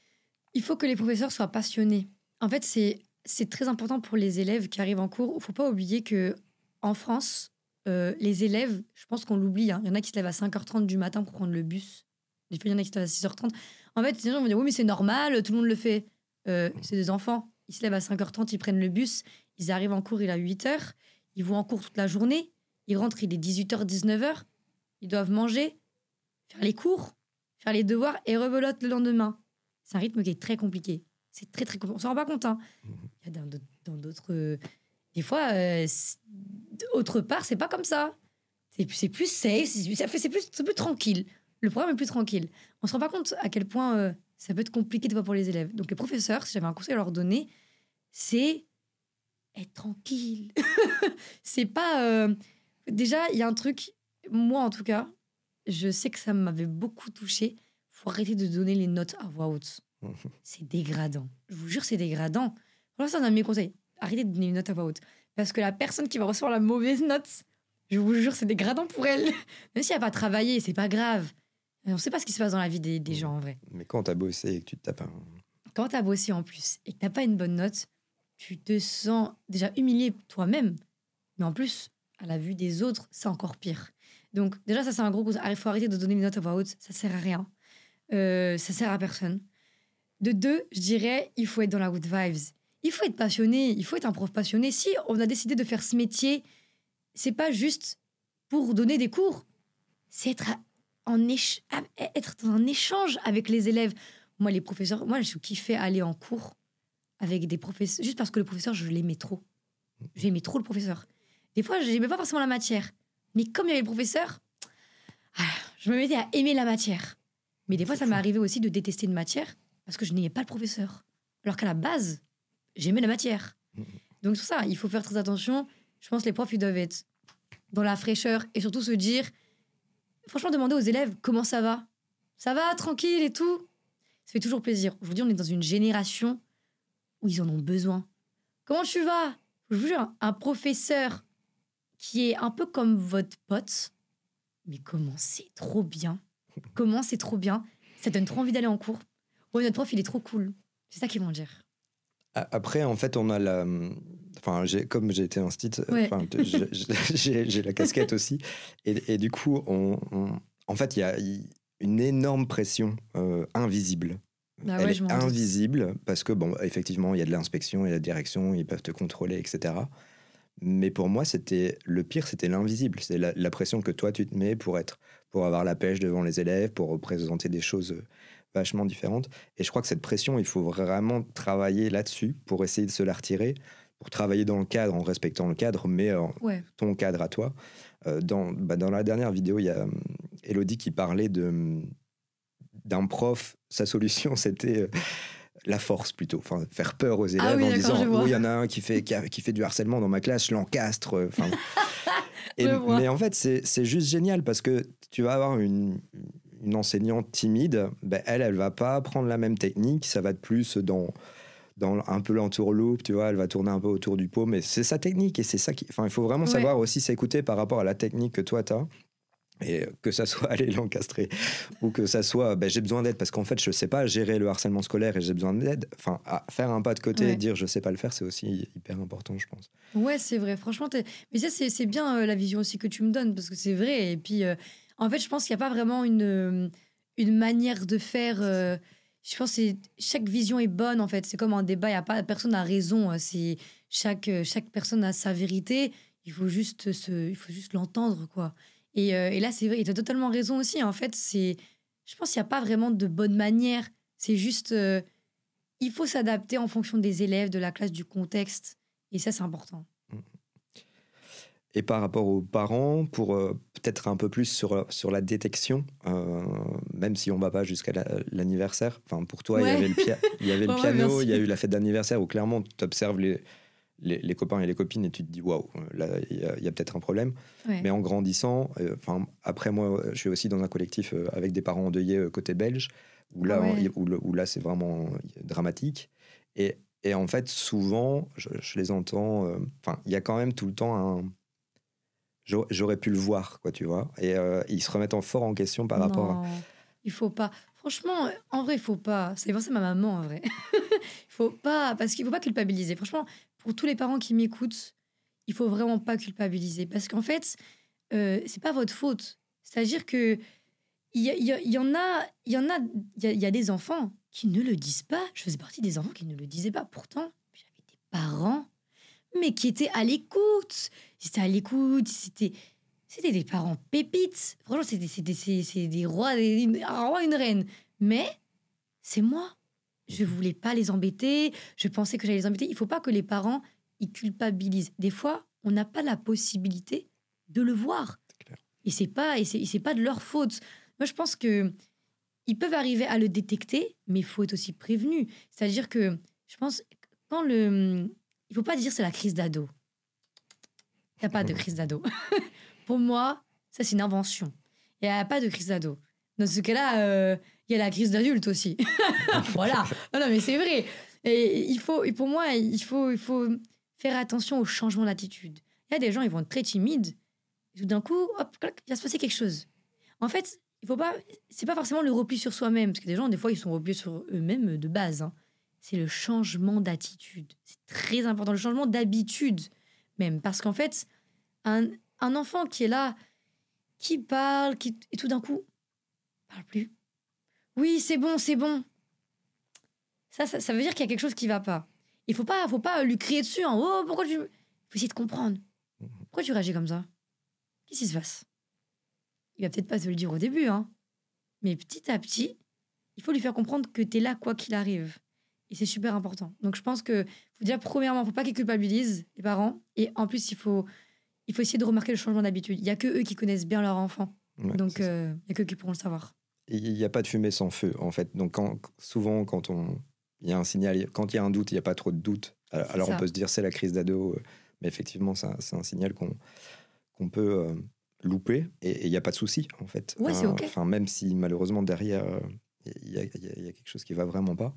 il faut que les professeurs soient passionnés. En fait, c'est c'est très important pour les élèves qui arrivent en cours. Il ne faut pas oublier que en France, euh, les élèves, je pense qu'on l'oublie, hein, il y en a qui se lèvent à cinq heures trente du matin pour prendre le bus. Des fois, il y en a qui se lèvent à six heures trente. En fait, les gens vont dire, oui, mais c'est normal, tout le monde le fait. Euh, c'est des enfants. Ils se lèvent à cinq heures trente, ils prennent le bus, ils arrivent en cours, il est à huit heures, ils vont en cours toute la journée, ils rentrent, il est dix-huit heures, dix-neuf heures, ils doivent manger, faire les cours, faire les devoirs et rebelote le lendemain. C'est un rythme qui est très compliqué. C'est très, très compliqué. On s'en rend pas compte. Hein. Il y a dans d'autres- dans d'autres... euh, des fois, euh, c'est- autre part, c'est pas comme ça. C'est c'est plus safe, c'est ça fait- c'est plus, c'est plus tranquille. Le programme est plus tranquille. On se rend pas compte à quel point euh, ça peut être compliqué de fois pour les élèves. Donc les professeurs, si j'avais un conseil à leur donner, c'est être tranquille. C'est pas... euh, Déjà, il y a un truc, moi en tout cas, je sais que ça m'avait beaucoup touchée. Faut arrêter de donner les notes à voix haute. C'est dégradant. Je vous jure, c'est dégradant. Voilà, c'est un de mes conseils. Arrêtez de donner une note à voix haute. Parce que la personne qui va recevoir la mauvaise note, je vous jure, c'est dégradant pour elle. Même si elle n'a pas travaillé, c'est pas grave. On ne sait pas ce qui se passe dans la vie des, des gens, en vrai. mais quand t'as bossé et que tu te tapes un... Quand tu as bossé en plus et que tu n'as pas une bonne note, tu te sens déjà humilié toi-même. Mais en plus, à la vue des autres, c'est encore pire. Donc, déjà, ça, c'est un gros coup. Il faut arrêter de donner une note à voix haute. Ça sert à rien. Euh, ça sert à personne. De deux, je dirais, il faut être dans la good vibes. Il faut être passionné. Il faut être un prof passionné. Si on a décidé de faire ce métier, c'est pas juste pour donner des cours. C'est être, à- en éch- à- être dans un échange avec les élèves. Moi, les professeurs, moi, je kiffais aller en cours avec des professeurs, juste parce que le professeur, je l'aimais trop. J'aimais trop le professeur. Des fois, je n'aimais pas forcément la matière. Mais comme il y avait le professeur, ah, je me mettais à aimer la matière. Mais des fois, ça m'est arrivé aussi de détester une matière parce que je n'aimais pas le professeur. Alors qu'à la base, j'aimais la matière. Donc, c'est pour ça, il faut faire très attention. Je pense que les profs, ils doivent être dans la fraîcheur et surtout se dire, franchement, demander aux élèves comment ça va. Ça va, tranquille et tout. Ça fait toujours plaisir. Aujourd'hui, on est dans une génération où ils en ont besoin. Comment tu vas? Je vous jure, un professeur qui est un peu comme votre pote, mais comment c'est trop bien. Comment c'est trop bien. Ça donne trop envie d'aller en cours. Ouais, notre prof, il est trop cool. C'est ça qu'ils vont dire. Après, en fait, on a la... Enfin, j'ai, comme j'ai été instit, Ouais. enfin, j'ai, j'ai, j'ai la casquette aussi. Et, et du coup, on, on... en fait, il y a une énorme pression euh, invisible. Ah Elle ouais, est je m'en doute. invisible parce que, bon, effectivement, il y a de l'inspection, il y a la direction, ils peuvent te contrôler, et cetera. Mais pour moi, c'était le pire, c'était l'invisible. C'est la, la pression que toi, tu te mets pour être, pour avoir la pêche devant les élèves, pour représenter des choses vachement différentes. Et je crois que cette pression, il faut vraiment travailler là-dessus pour essayer de se la retirer, pour travailler dans le cadre, en respectant le cadre, mais euh, Ouais. ton cadre à toi. Euh, dans, bah, dans la dernière vidéo, il y a Elodie qui parlait de, d'un prof. Sa solution, c'était... Euh, la force plutôt, enfin faire peur aux élèves Ah oui, en d'accord, je disant vois. oh, il y en a un qui fait, qui, a, qui fait du harcèlement dans ma classe, je l'encastre. Enfin, et, Je vois. mais en fait, c'est, c'est juste génial parce que tu vas avoir une, une enseignante timide, ben elle, elle va pas prendre la même technique, ça va être plus dans, dans un peu l'entourloupe, tu vois, elle va tourner un peu autour du pot, mais c'est sa technique et c'est ça qui. Enfin, il faut vraiment Ouais. savoir aussi s'écouter par rapport à la technique que toi, tu as. Et que ça soit aller l'encastrer ou que ça soit ben, j'ai besoin d'aide parce qu'en fait je sais pas gérer le harcèlement scolaire et j'ai besoin d'aide, enfin à faire un pas de côté Ouais. et dire je sais pas le faire, c'est aussi hyper important, je pense. Ouais, c'est vrai. Franchement, t'es- mais ça, c'est, c'est bien euh, la vision aussi que tu me donnes parce que c'est vrai. Et puis, euh, en fait, je pense qu'il n'y a pas vraiment une, euh, une manière de faire. euh, je pense que c'est- chaque vision est bonne, en fait. C'est comme un débat. Il y a pas, personne n'a raison. euh, C'est, chaque, euh, chaque personne a sa vérité. Il faut juste, se, il faut juste l'entendre, quoi. Et, euh, et là, c'est vrai. Tu as totalement raison aussi. En fait, c'est, je pense qu'il n'y a pas vraiment de bonne manière. C'est juste. euh, il faut s'adapter en fonction des élèves, de la classe, du contexte. Et ça, c'est important. Et par rapport aux parents, pour euh, peut-être un peu plus sur, sur la détection, euh, même si on ne va pas jusqu'à la, l'anniversaire, enfin pour toi, il Ouais. y avait le, pia- il y avait le Ouais, ouais, bien piano, il y a sûr. eu la fête d'anniversaire où clairement tu observes les, les, les copains et les copines et tu te dis waouh, là il y, a- il y a peut-être un problème. Ouais. Mais en grandissant, euh, enfin après moi, je suis aussi dans un collectif euh, avec des parents endeuillés euh, côté belge, où là, Ah ouais. où, le- où là c'est vraiment euh, dramatique. Et, et en fait, souvent, je, je les entends, euh, enfin, il y a quand même tout le temps un... J'aurais, j'aurais pu le voir, quoi, tu vois. Et euh, ils se remettent en fort en question par rapport à... Non, il faut pas. Franchement, euh, en vrai, il faut pas. Ça fait penser à ma maman, en vrai. Il faut pas, parce qu'il faut pas culpabiliser. Franchement, pour tous les parents qui m'écoutent, il faut vraiment pas culpabiliser. Parce qu'en fait, euh, c'est pas votre faute. C'est-à-dire que il y, a- il y a- il y en a, il y en a, il y a, il y a des enfants qui ne le disent pas. Je faisais partie des enfants qui ne le disaient pas. Pourtant, j'avais des parents, mais qui étaient à l'écoute. Ils étaient à l'écoute. C'était, c'était des parents pépites. Franchement, c'était, c'était, c'est, c'est des rois, des- une- un roi, une reine. Mais c'est moi. Je voulais pas les embêter. Je pensais que j'allais les embêter. Il faut pas que les parents ils culpabilisent. Des fois, on n'a pas la possibilité de le voir. C'est clair. Et c'est pas, et c'est, c'est pas de leur faute. Moi, je pense que ils peuvent arriver à le détecter, mais il faut être aussi prévenu. C'est-à-dire que je pense quand le, il faut pas dire c'est la crise d'ado. Il y a pas de crise d'ado. Pour moi, ça c'est une invention. Il y a pas de crise d'ado. Dans ce cas-là, euh, il y a la crise d'adulte aussi. Voilà. Non, non, mais c'est vrai. Et il faut, et pour moi, il faut, il faut faire attention au changement d'attitude. Il y a des gens, ils vont être très timides. Et tout d'un coup, hop, clac, il va se passer quelque chose. En fait, il faut pas, c'est pas forcément le repli sur soi-même, parce que des gens, des fois, ils sont repliés sur eux-mêmes de base. Hein. C'est le changement d'attitude. C'est très important, le changement d'habitude même, parce qu'en fait, un, un enfant qui est là, qui parle, qui, et tout d'un coup, parle plus. Oui, c'est bon, c'est bon. Ça, ça, ça veut dire qu'il y a quelque chose qui va pas. Il faut pas, faut pas lui crier dessus. Hein. Oh, pourquoi tu... Il faut essayer de comprendre. Pourquoi tu réagis comme ça? Qu'est-ce qui se passe? Il va peut-être pas te le dire au début, hein. Mais petit à petit, il faut lui faire comprendre que tu es là quoi qu'il arrive. Et c'est super important. Donc je pense que, faut déjà, premièrement, faut pas qu'ils culpabilisent, les parents. Et en plus, il faut, il faut essayer de remarquer le changement d'habitude. Il y a que eux qui connaissent bien leur enfant. Ouais, Donc c'est ça. euh, il y a que eux qui pourront le savoir. Il n'y a pas de fumée sans feu, en fait. Donc, quand, souvent, quand on, il y a un signal, quand il y a un doute, il n'y a pas trop de doute. Alors, C'est alors on ça. peut se dire c'est la crise d'ado, euh, mais effectivement, c'est un, c'est un signal qu'on, qu'on peut euh, louper et il n'y a pas de souci, en fait. Ouais, c'est OK. Enfin, même si malheureusement derrière, euh, il y a, il y a, il y a quelque chose qui va vraiment pas.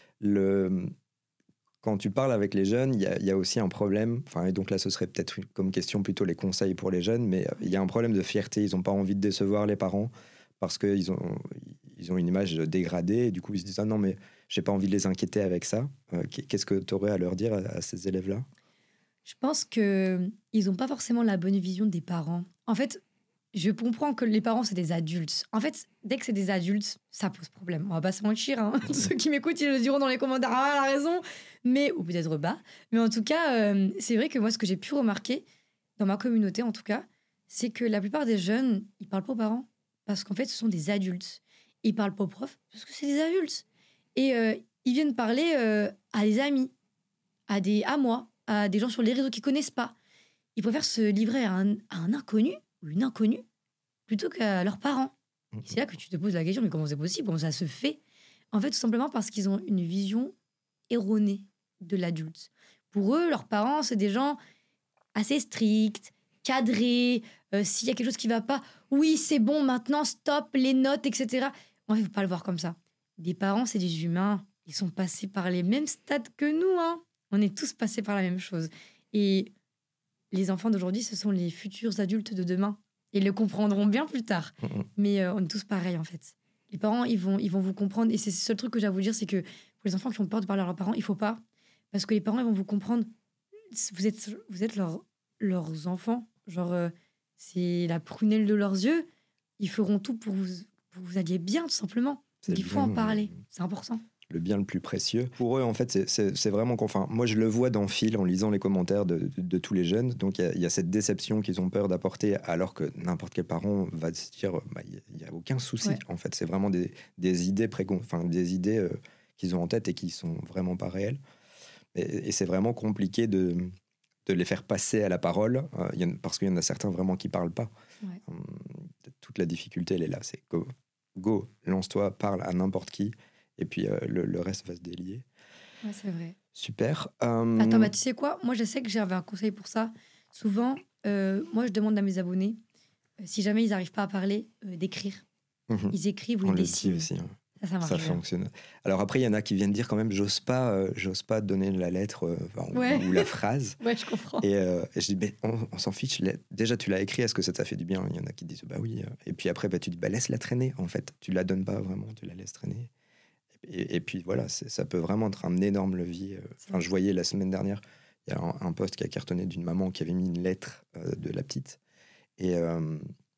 Le... Quand tu parles avec les jeunes, il y a, il y a aussi un problème, enfin, et donc là ce serait peut-être comme question plutôt les conseils pour les jeunes, mais il y a un problème de fierté, ils n'ont pas envie de décevoir les parents parce qu'ils ont, ils ont une image dégradée, et du coup ils se disent « Ah non, mais j'ai pas envie de les inquiéter avec ça euh, ». Qu'est-ce que tu aurais à leur dire à, à ces élèves-là ? Je pense qu'ils n'ont pas forcément la bonne vision des parents. En fait, je comprends que les parents, c'est des adultes. En fait, dès que c'est des adultes, ça pose problème. On va pas se mentir. Hein. Ceux qui m'écoutent, ils le diront dans les commentaires. Ah, elle a raison. Mais, ou peut-être bas. Mais en tout cas, euh, c'est vrai que moi, ce que j'ai pu remarquer, dans ma communauté en tout cas, c'est que la plupart des jeunes, ils parlent pas aux parents. Parce qu'en fait, ce sont des adultes. Ils parlent pas aux profs parce que c'est des adultes. Et euh, ils viennent parler euh, à des amis, à, des, à moi, à des gens sur les réseaux qu'ils connaissent pas. Ils préfèrent se livrer à un, à un inconnu ou une inconnue plutôt qu'à leurs parents. Et c'est là que tu te poses la question, mais comment c'est possible ? Comment ça se fait ? En fait, tout simplement parce qu'ils ont une vision erronée de l'adulte. Pour eux, leurs parents, c'est des gens assez stricts, cadrés. Euh, s'il y a quelque chose qui va pas, oui, c'est bon, maintenant, stop, les notes, et cetera. En fait, il ne faut pas le voir comme ça. Des parents, c'est des humains. Ils sont passés par les mêmes stades que nous. Hein. On est tous passés par la même chose. Et les enfants d'aujourd'hui, ce sont les futurs adultes de demain. Ils le comprendront bien plus tard. Mmh. Mais euh, on est tous pareils, en fait. Les parents, ils vont, ils vont vous comprendre. Et c'est le seul truc que j'ai à vous dire, c'est que pour les enfants qui ont peur de parler à leurs parents, il ne faut pas. Parce que les parents, ils vont vous comprendre. Vous êtes, vous êtes leur, leurs enfants. Genre, euh, c'est la prunelle de leurs yeux. Ils feront tout pour vous, pour vous alliez bien, tout simplement. Donc, il faut en parler. C'est important. Le bien le plus précieux. Pour eux, en fait, c'est, c'est, c'est vraiment... Enfin, moi, je le vois dans Fil en lisant les commentaires de, de, de tous les jeunes. Donc, il y, y a cette déception qu'ils ont peur d'apporter, alors que n'importe quel parent va se dire bah, il n'y a aucun souci. Ouais. En fait, c'est vraiment des, des idées, précon... enfin, des idées euh, qu'ils ont en tête et qui ne sont vraiment pas réelles. Et, et c'est vraiment compliqué de, de les faire passer à la parole, euh, y en, parce qu'il y en a certains vraiment qui ne parlent pas. Ouais. Hum, toute la difficulté, elle est là. C'est go, go, lance-toi, parle à n'importe qui. Et puis euh, le, le reste va se délier. Ouais, c'est vrai. Super. Um... Attends, bah, tu sais quoi ? Moi, je sais que j'avais un conseil pour ça. Souvent, euh, moi, je demande à mes abonnés, euh, si jamais ils n'arrivent pas à parler, euh, d'écrire. Mm-hmm. Ils écrivent ou ils dessinent. Aussi, hein. Ça, ça marche ça bien. Fonctionne. Alors après, il y en a qui viennent dire quand même, j'ose pas, euh, j'ose pas donner la lettre euh, ouais. ou, ou la phrase. Ouais, je comprends. Et, euh, et je dis, bah, on, on s'en fiche. Déjà, tu l'as écrit, est-ce que ça t'a fait du bien ? Il y en a qui disent, bah oui. Et puis après, bah, tu dis, bah, laisse-la traîner, en fait. Tu la donnes pas vraiment, tu la laisses traîner. Et, et puis voilà, c'est, ça peut vraiment être un énorme levier. Enfin, je voyais la semaine dernière, il y a un, un post qui a cartonné d'une maman qui avait mis une lettre euh, de la petite. Et, euh,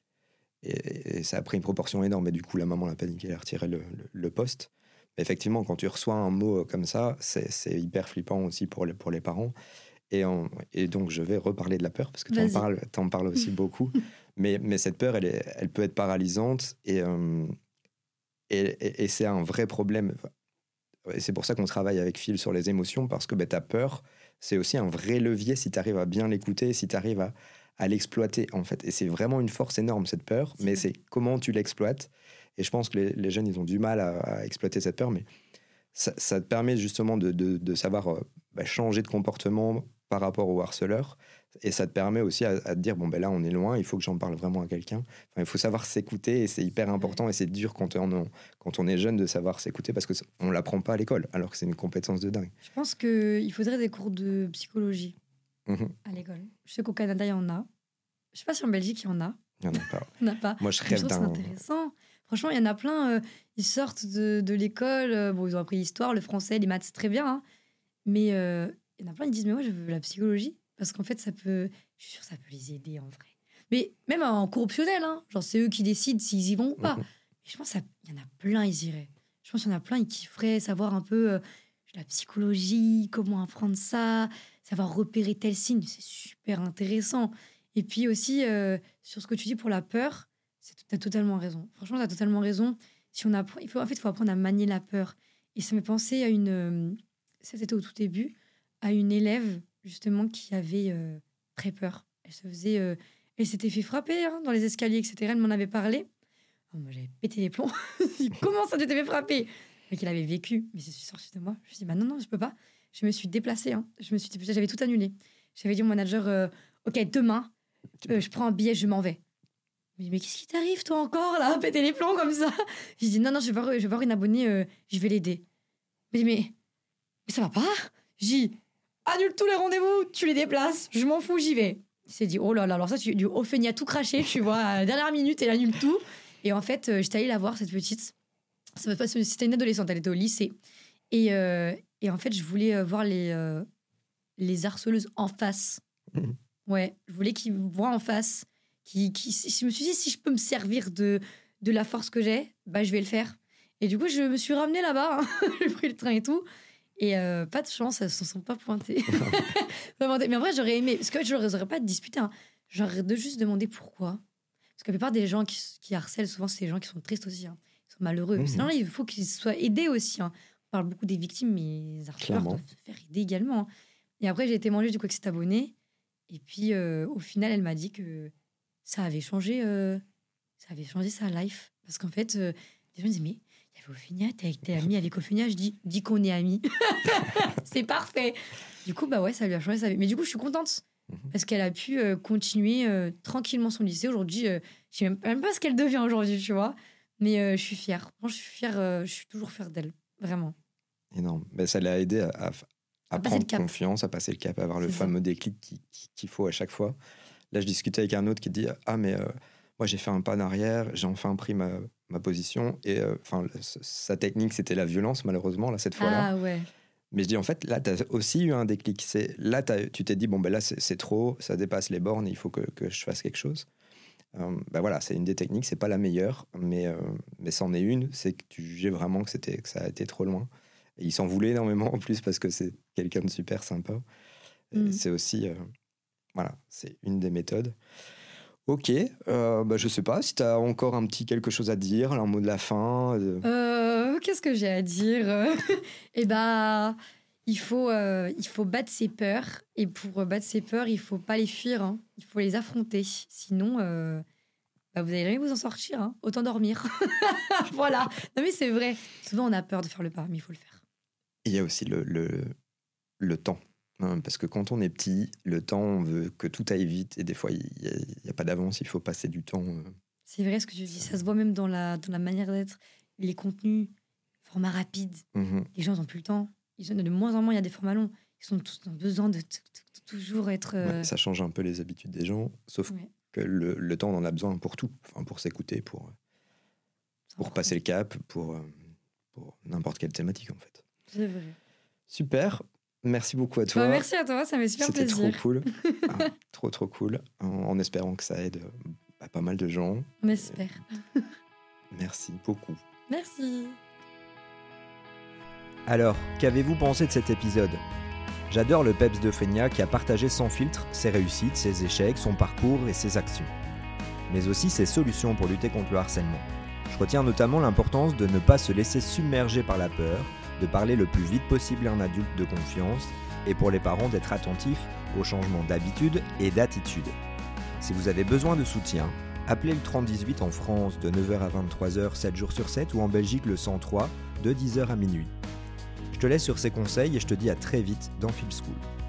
et, et ça a pris une proportion énorme. Et du coup, la maman a paniqué, elle a retiré le, le, le post. Mais effectivement, quand tu reçois un mot comme ça, c'est, c'est hyper flippant aussi pour les, pour les parents. Et, on, et donc, je vais reparler de la peur, parce que tu en parles, t'en parles aussi beaucoup. Mais, mais cette peur, elle, est, elle peut être paralysante. Et... Euh, Et, et, et c'est un vrai problème. Et c'est pour ça qu'on travaille avec Phil sur les émotions, parce que bah, ta peur, c'est aussi un vrai levier si tu arrives à bien l'écouter, si tu arrives à, à l'exploiter, en fait. Et c'est vraiment une force énorme, cette peur, c'est mais vrai. C'est comment tu l'exploites. Et je pense que les, les jeunes, ils ont du mal à, à exploiter cette peur, mais ça, ça te permet justement de, de, de savoir euh, bah, changer de comportement par rapport au harceleur. Et ça te permet aussi à, à te dire, bon, ben là, on est loin, il faut que j'en parle vraiment à quelqu'un. Enfin, il faut savoir s'écouter, et c'est hyper important, et c'est dur quand on, quand on est jeune de savoir s'écouter, parce qu'on ne l'apprend pas à l'école, alors que c'est une compétence de dingue. Je pense qu'il faudrait des cours de psychologie mmh. à l'école. Je sais qu'au Canada, il y en a. Je ne sais pas si en Belgique, il y en a. Il n'y en a pas. Il n'y en a pas. Moi, je rêve je d'un... C'est intéressant. Franchement, il y en a plein. Euh, ils sortent de, de l'école. Euh, bon, ils ont appris l'histoire, le français, les maths, c'est très bien. Hein. Mais euh, il y en a plein qui disent, mais moi, je veux la psychologie. Parce qu'en fait, ça peut... Je suis sûre que ça peut les aider, en vrai. Mais même en cours optionnel, hein. Genre, c'est eux qui décident s'ils y vont ou pas. Mmh. Mais je pense qu'il y en a plein, ils iraient. Je pense qu'il y en a plein, ils kifferaient savoir un peu euh, la psychologie, comment apprendre ça, savoir repérer tel signe. C'est super intéressant. Et puis aussi, euh, sur ce que tu dis pour la peur, tu as totalement raison. Franchement, tu as totalement raison. Si on apprend, il faut, en fait, il faut apprendre à manier la peur. Et ça m'est pensé à une... Euh, c'était au tout début, à une élève, justement, qui avait euh, très peur. Elle se faisait... Euh, elle s'était fait frapper hein, dans les escaliers, et cetera. Elle m'en avait parlé. Oh, moi, j'avais pété les plombs. Comment ça, tu t'es fait frapper ? Mais qu'elle avait vécu. Mais je suis sortie de moi. Je me suis dit, bah non, non, je peux pas. Je me suis déplacée. Hein. Je me suis déplacée. J'avais tout annulé. J'avais dit au manager, euh, OK, demain, euh, je prends un billet, je m'en vais. Il me dit, mais qu'est-ce qui t'arrive, toi, encore, là, péter les plombs comme ça? Je dis, non, non, je vais voir, je vais voir une abonnée, euh, je vais l'aider. Il me dit, mais, mais ça va pas? Je dis, annule tous les rendez-vous, tu les déplaces, je m'en fous, j'y vais. Il s'est dit, oh là là, alors ça, tu, du Ophénia tout craché, tu vois, à la dernière minute, elle annule tout. Et en fait, euh, j'étais allée la voir, cette petite. C'était une adolescente, elle était au lycée. Et, euh, et en fait, je voulais voir les, euh, les harceleuses en face. Mmh. Ouais, je voulais qu'ils me voient en face. Qui, qui, je me suis dit, si je peux me servir de, de la force que j'ai, bah, je vais le faire. Et du coup, je me suis ramenée là-bas. Hein. J'ai pris le train et tout. Et euh, pas de chance, elles ne se sont pas pointées. Mais en vrai, j'aurais aimé. Parce que je n'aurais pas disputé. Hein. J'aurais de juste demandé pourquoi. Parce que la plupart des gens qui, qui harcèlent, souvent, c'est des gens qui sont tristes aussi. Hein. Ils sont malheureux. Mmh. Sinon, il faut qu'ils soient aidés aussi. Hein. On parle beaucoup des victimes, mais les harceleurs doivent se faire aider également. Hein. Et après, j'ai été manger du coup avec cette abonnée. Et puis, euh, au final, elle m'a dit que ça avait changé, euh, ça avait changé sa life. Parce qu'en fait, euh, les gens me disaient, mais il y avait Ophénia, t'es avec tes amis avec Ophénia. Je dis, dis qu'on est amis. C'est parfait. Du coup, bah ouais, ça lui a changé sa vie. Mais du coup, je suis contente. Parce qu'elle a pu euh, continuer euh, tranquillement son lycée. Aujourd'hui, euh, je sais même, même pas ce qu'elle devient aujourd'hui, tu vois. Mais euh, je suis fière. Moi, je suis fière. Euh, je suis toujours fière d'elle. Vraiment. Énorme. Ben, ça l'a aidé à, à, à prendre confiance, à passer le cap, à avoir c'est le ça. fameux déclic qui, qui, qu'il faut à chaque fois. Là, je discutais avec un autre qui dit « Ah, mais euh, moi, j'ai fait un pas en arrière, j'ai enfin pris ma, ma position. » Et euh, sa technique, c'était la violence, malheureusement, là, cette fois-là. Ah, ouais. Mais je dis, en fait, là, tu as aussi eu un déclic. C'est, là, tu t'es dit, bon, ben là, c'est, c'est trop, ça dépasse les bornes, il faut que, que je fasse quelque chose. Euh, ben voilà, c'est une des techniques, c'est pas la meilleure, mais, euh, mais c'en est une, c'est que tu jugeais vraiment que, c'était, que ça a été trop loin. Et il s'en voulait énormément, en plus, parce que c'est quelqu'un de super sympa. Mm. Et c'est aussi, euh, voilà, c'est une des méthodes. Ok, euh, bah, je sais pas si tu as encore un petit quelque chose à dire, un mot de la fin. De... Euh, qu'est-ce que j'ai à dire? Eh bah, il faut, euh, il faut battre ses peurs. Et pour battre ses peurs, il faut pas les fuir. Hein. Il faut les affronter. Sinon, euh, bah, vous n'allez jamais vous en sortir. Hein. Autant dormir. Voilà. Non mais c'est vrai. Souvent, on a peur de faire le pas, mais il faut le faire. Il y a aussi le, le, le temps. Parce que quand on est petit, le temps, on veut que tout aille vite. Et des fois, il n'y a, a pas d'avance, il faut passer du temps. C'est vrai ce que tu dis. Ça se voit même dans la, dans la manière d'être. Les contenus, format rapide. Mm-hmm. Les gens n'ont plus le temps. Ils ont, de moins en moins, il y a des formats longs. Ils sont tous dans besoin de t- t- t- toujours être... Euh... Ouais, ça change un peu les habitudes des gens. Sauf ouais. que le, le temps, on en a besoin pour tout. Enfin, pour s'écouter, pour, pour passer le cap, pour, pour n'importe quelle thématique, en fait. C'est vrai. Super. Merci beaucoup à toi. Bah, merci à toi, ça m'a super C'était plaisir. C'était trop cool. ah, trop, trop cool. En, en espérant que ça aide bah, pas mal de gens. On espère. Et... Merci beaucoup. Merci. Alors, qu'avez-vous pensé de cet épisode ? J'adore le peps d'Ophénia qui a partagé sans filtre ses réussites, ses échecs, son parcours et ses actions. Mais aussi ses solutions pour lutter contre le harcèlement. Je retiens notamment l'importance de ne pas se laisser submerger par la peur, de parler le plus vite possible à un adulte de confiance et pour les parents d'être attentifs aux changements d'habitude et d'attitude. Si vous avez besoin de soutien, appelez le trente dix-huit en France de neuf heures à vingt-trois heures, sept jours sur sept ou en Belgique le cent trois de dix heures à minuit. Je te laisse sur ces conseils et je te dis à très vite dans Feel School.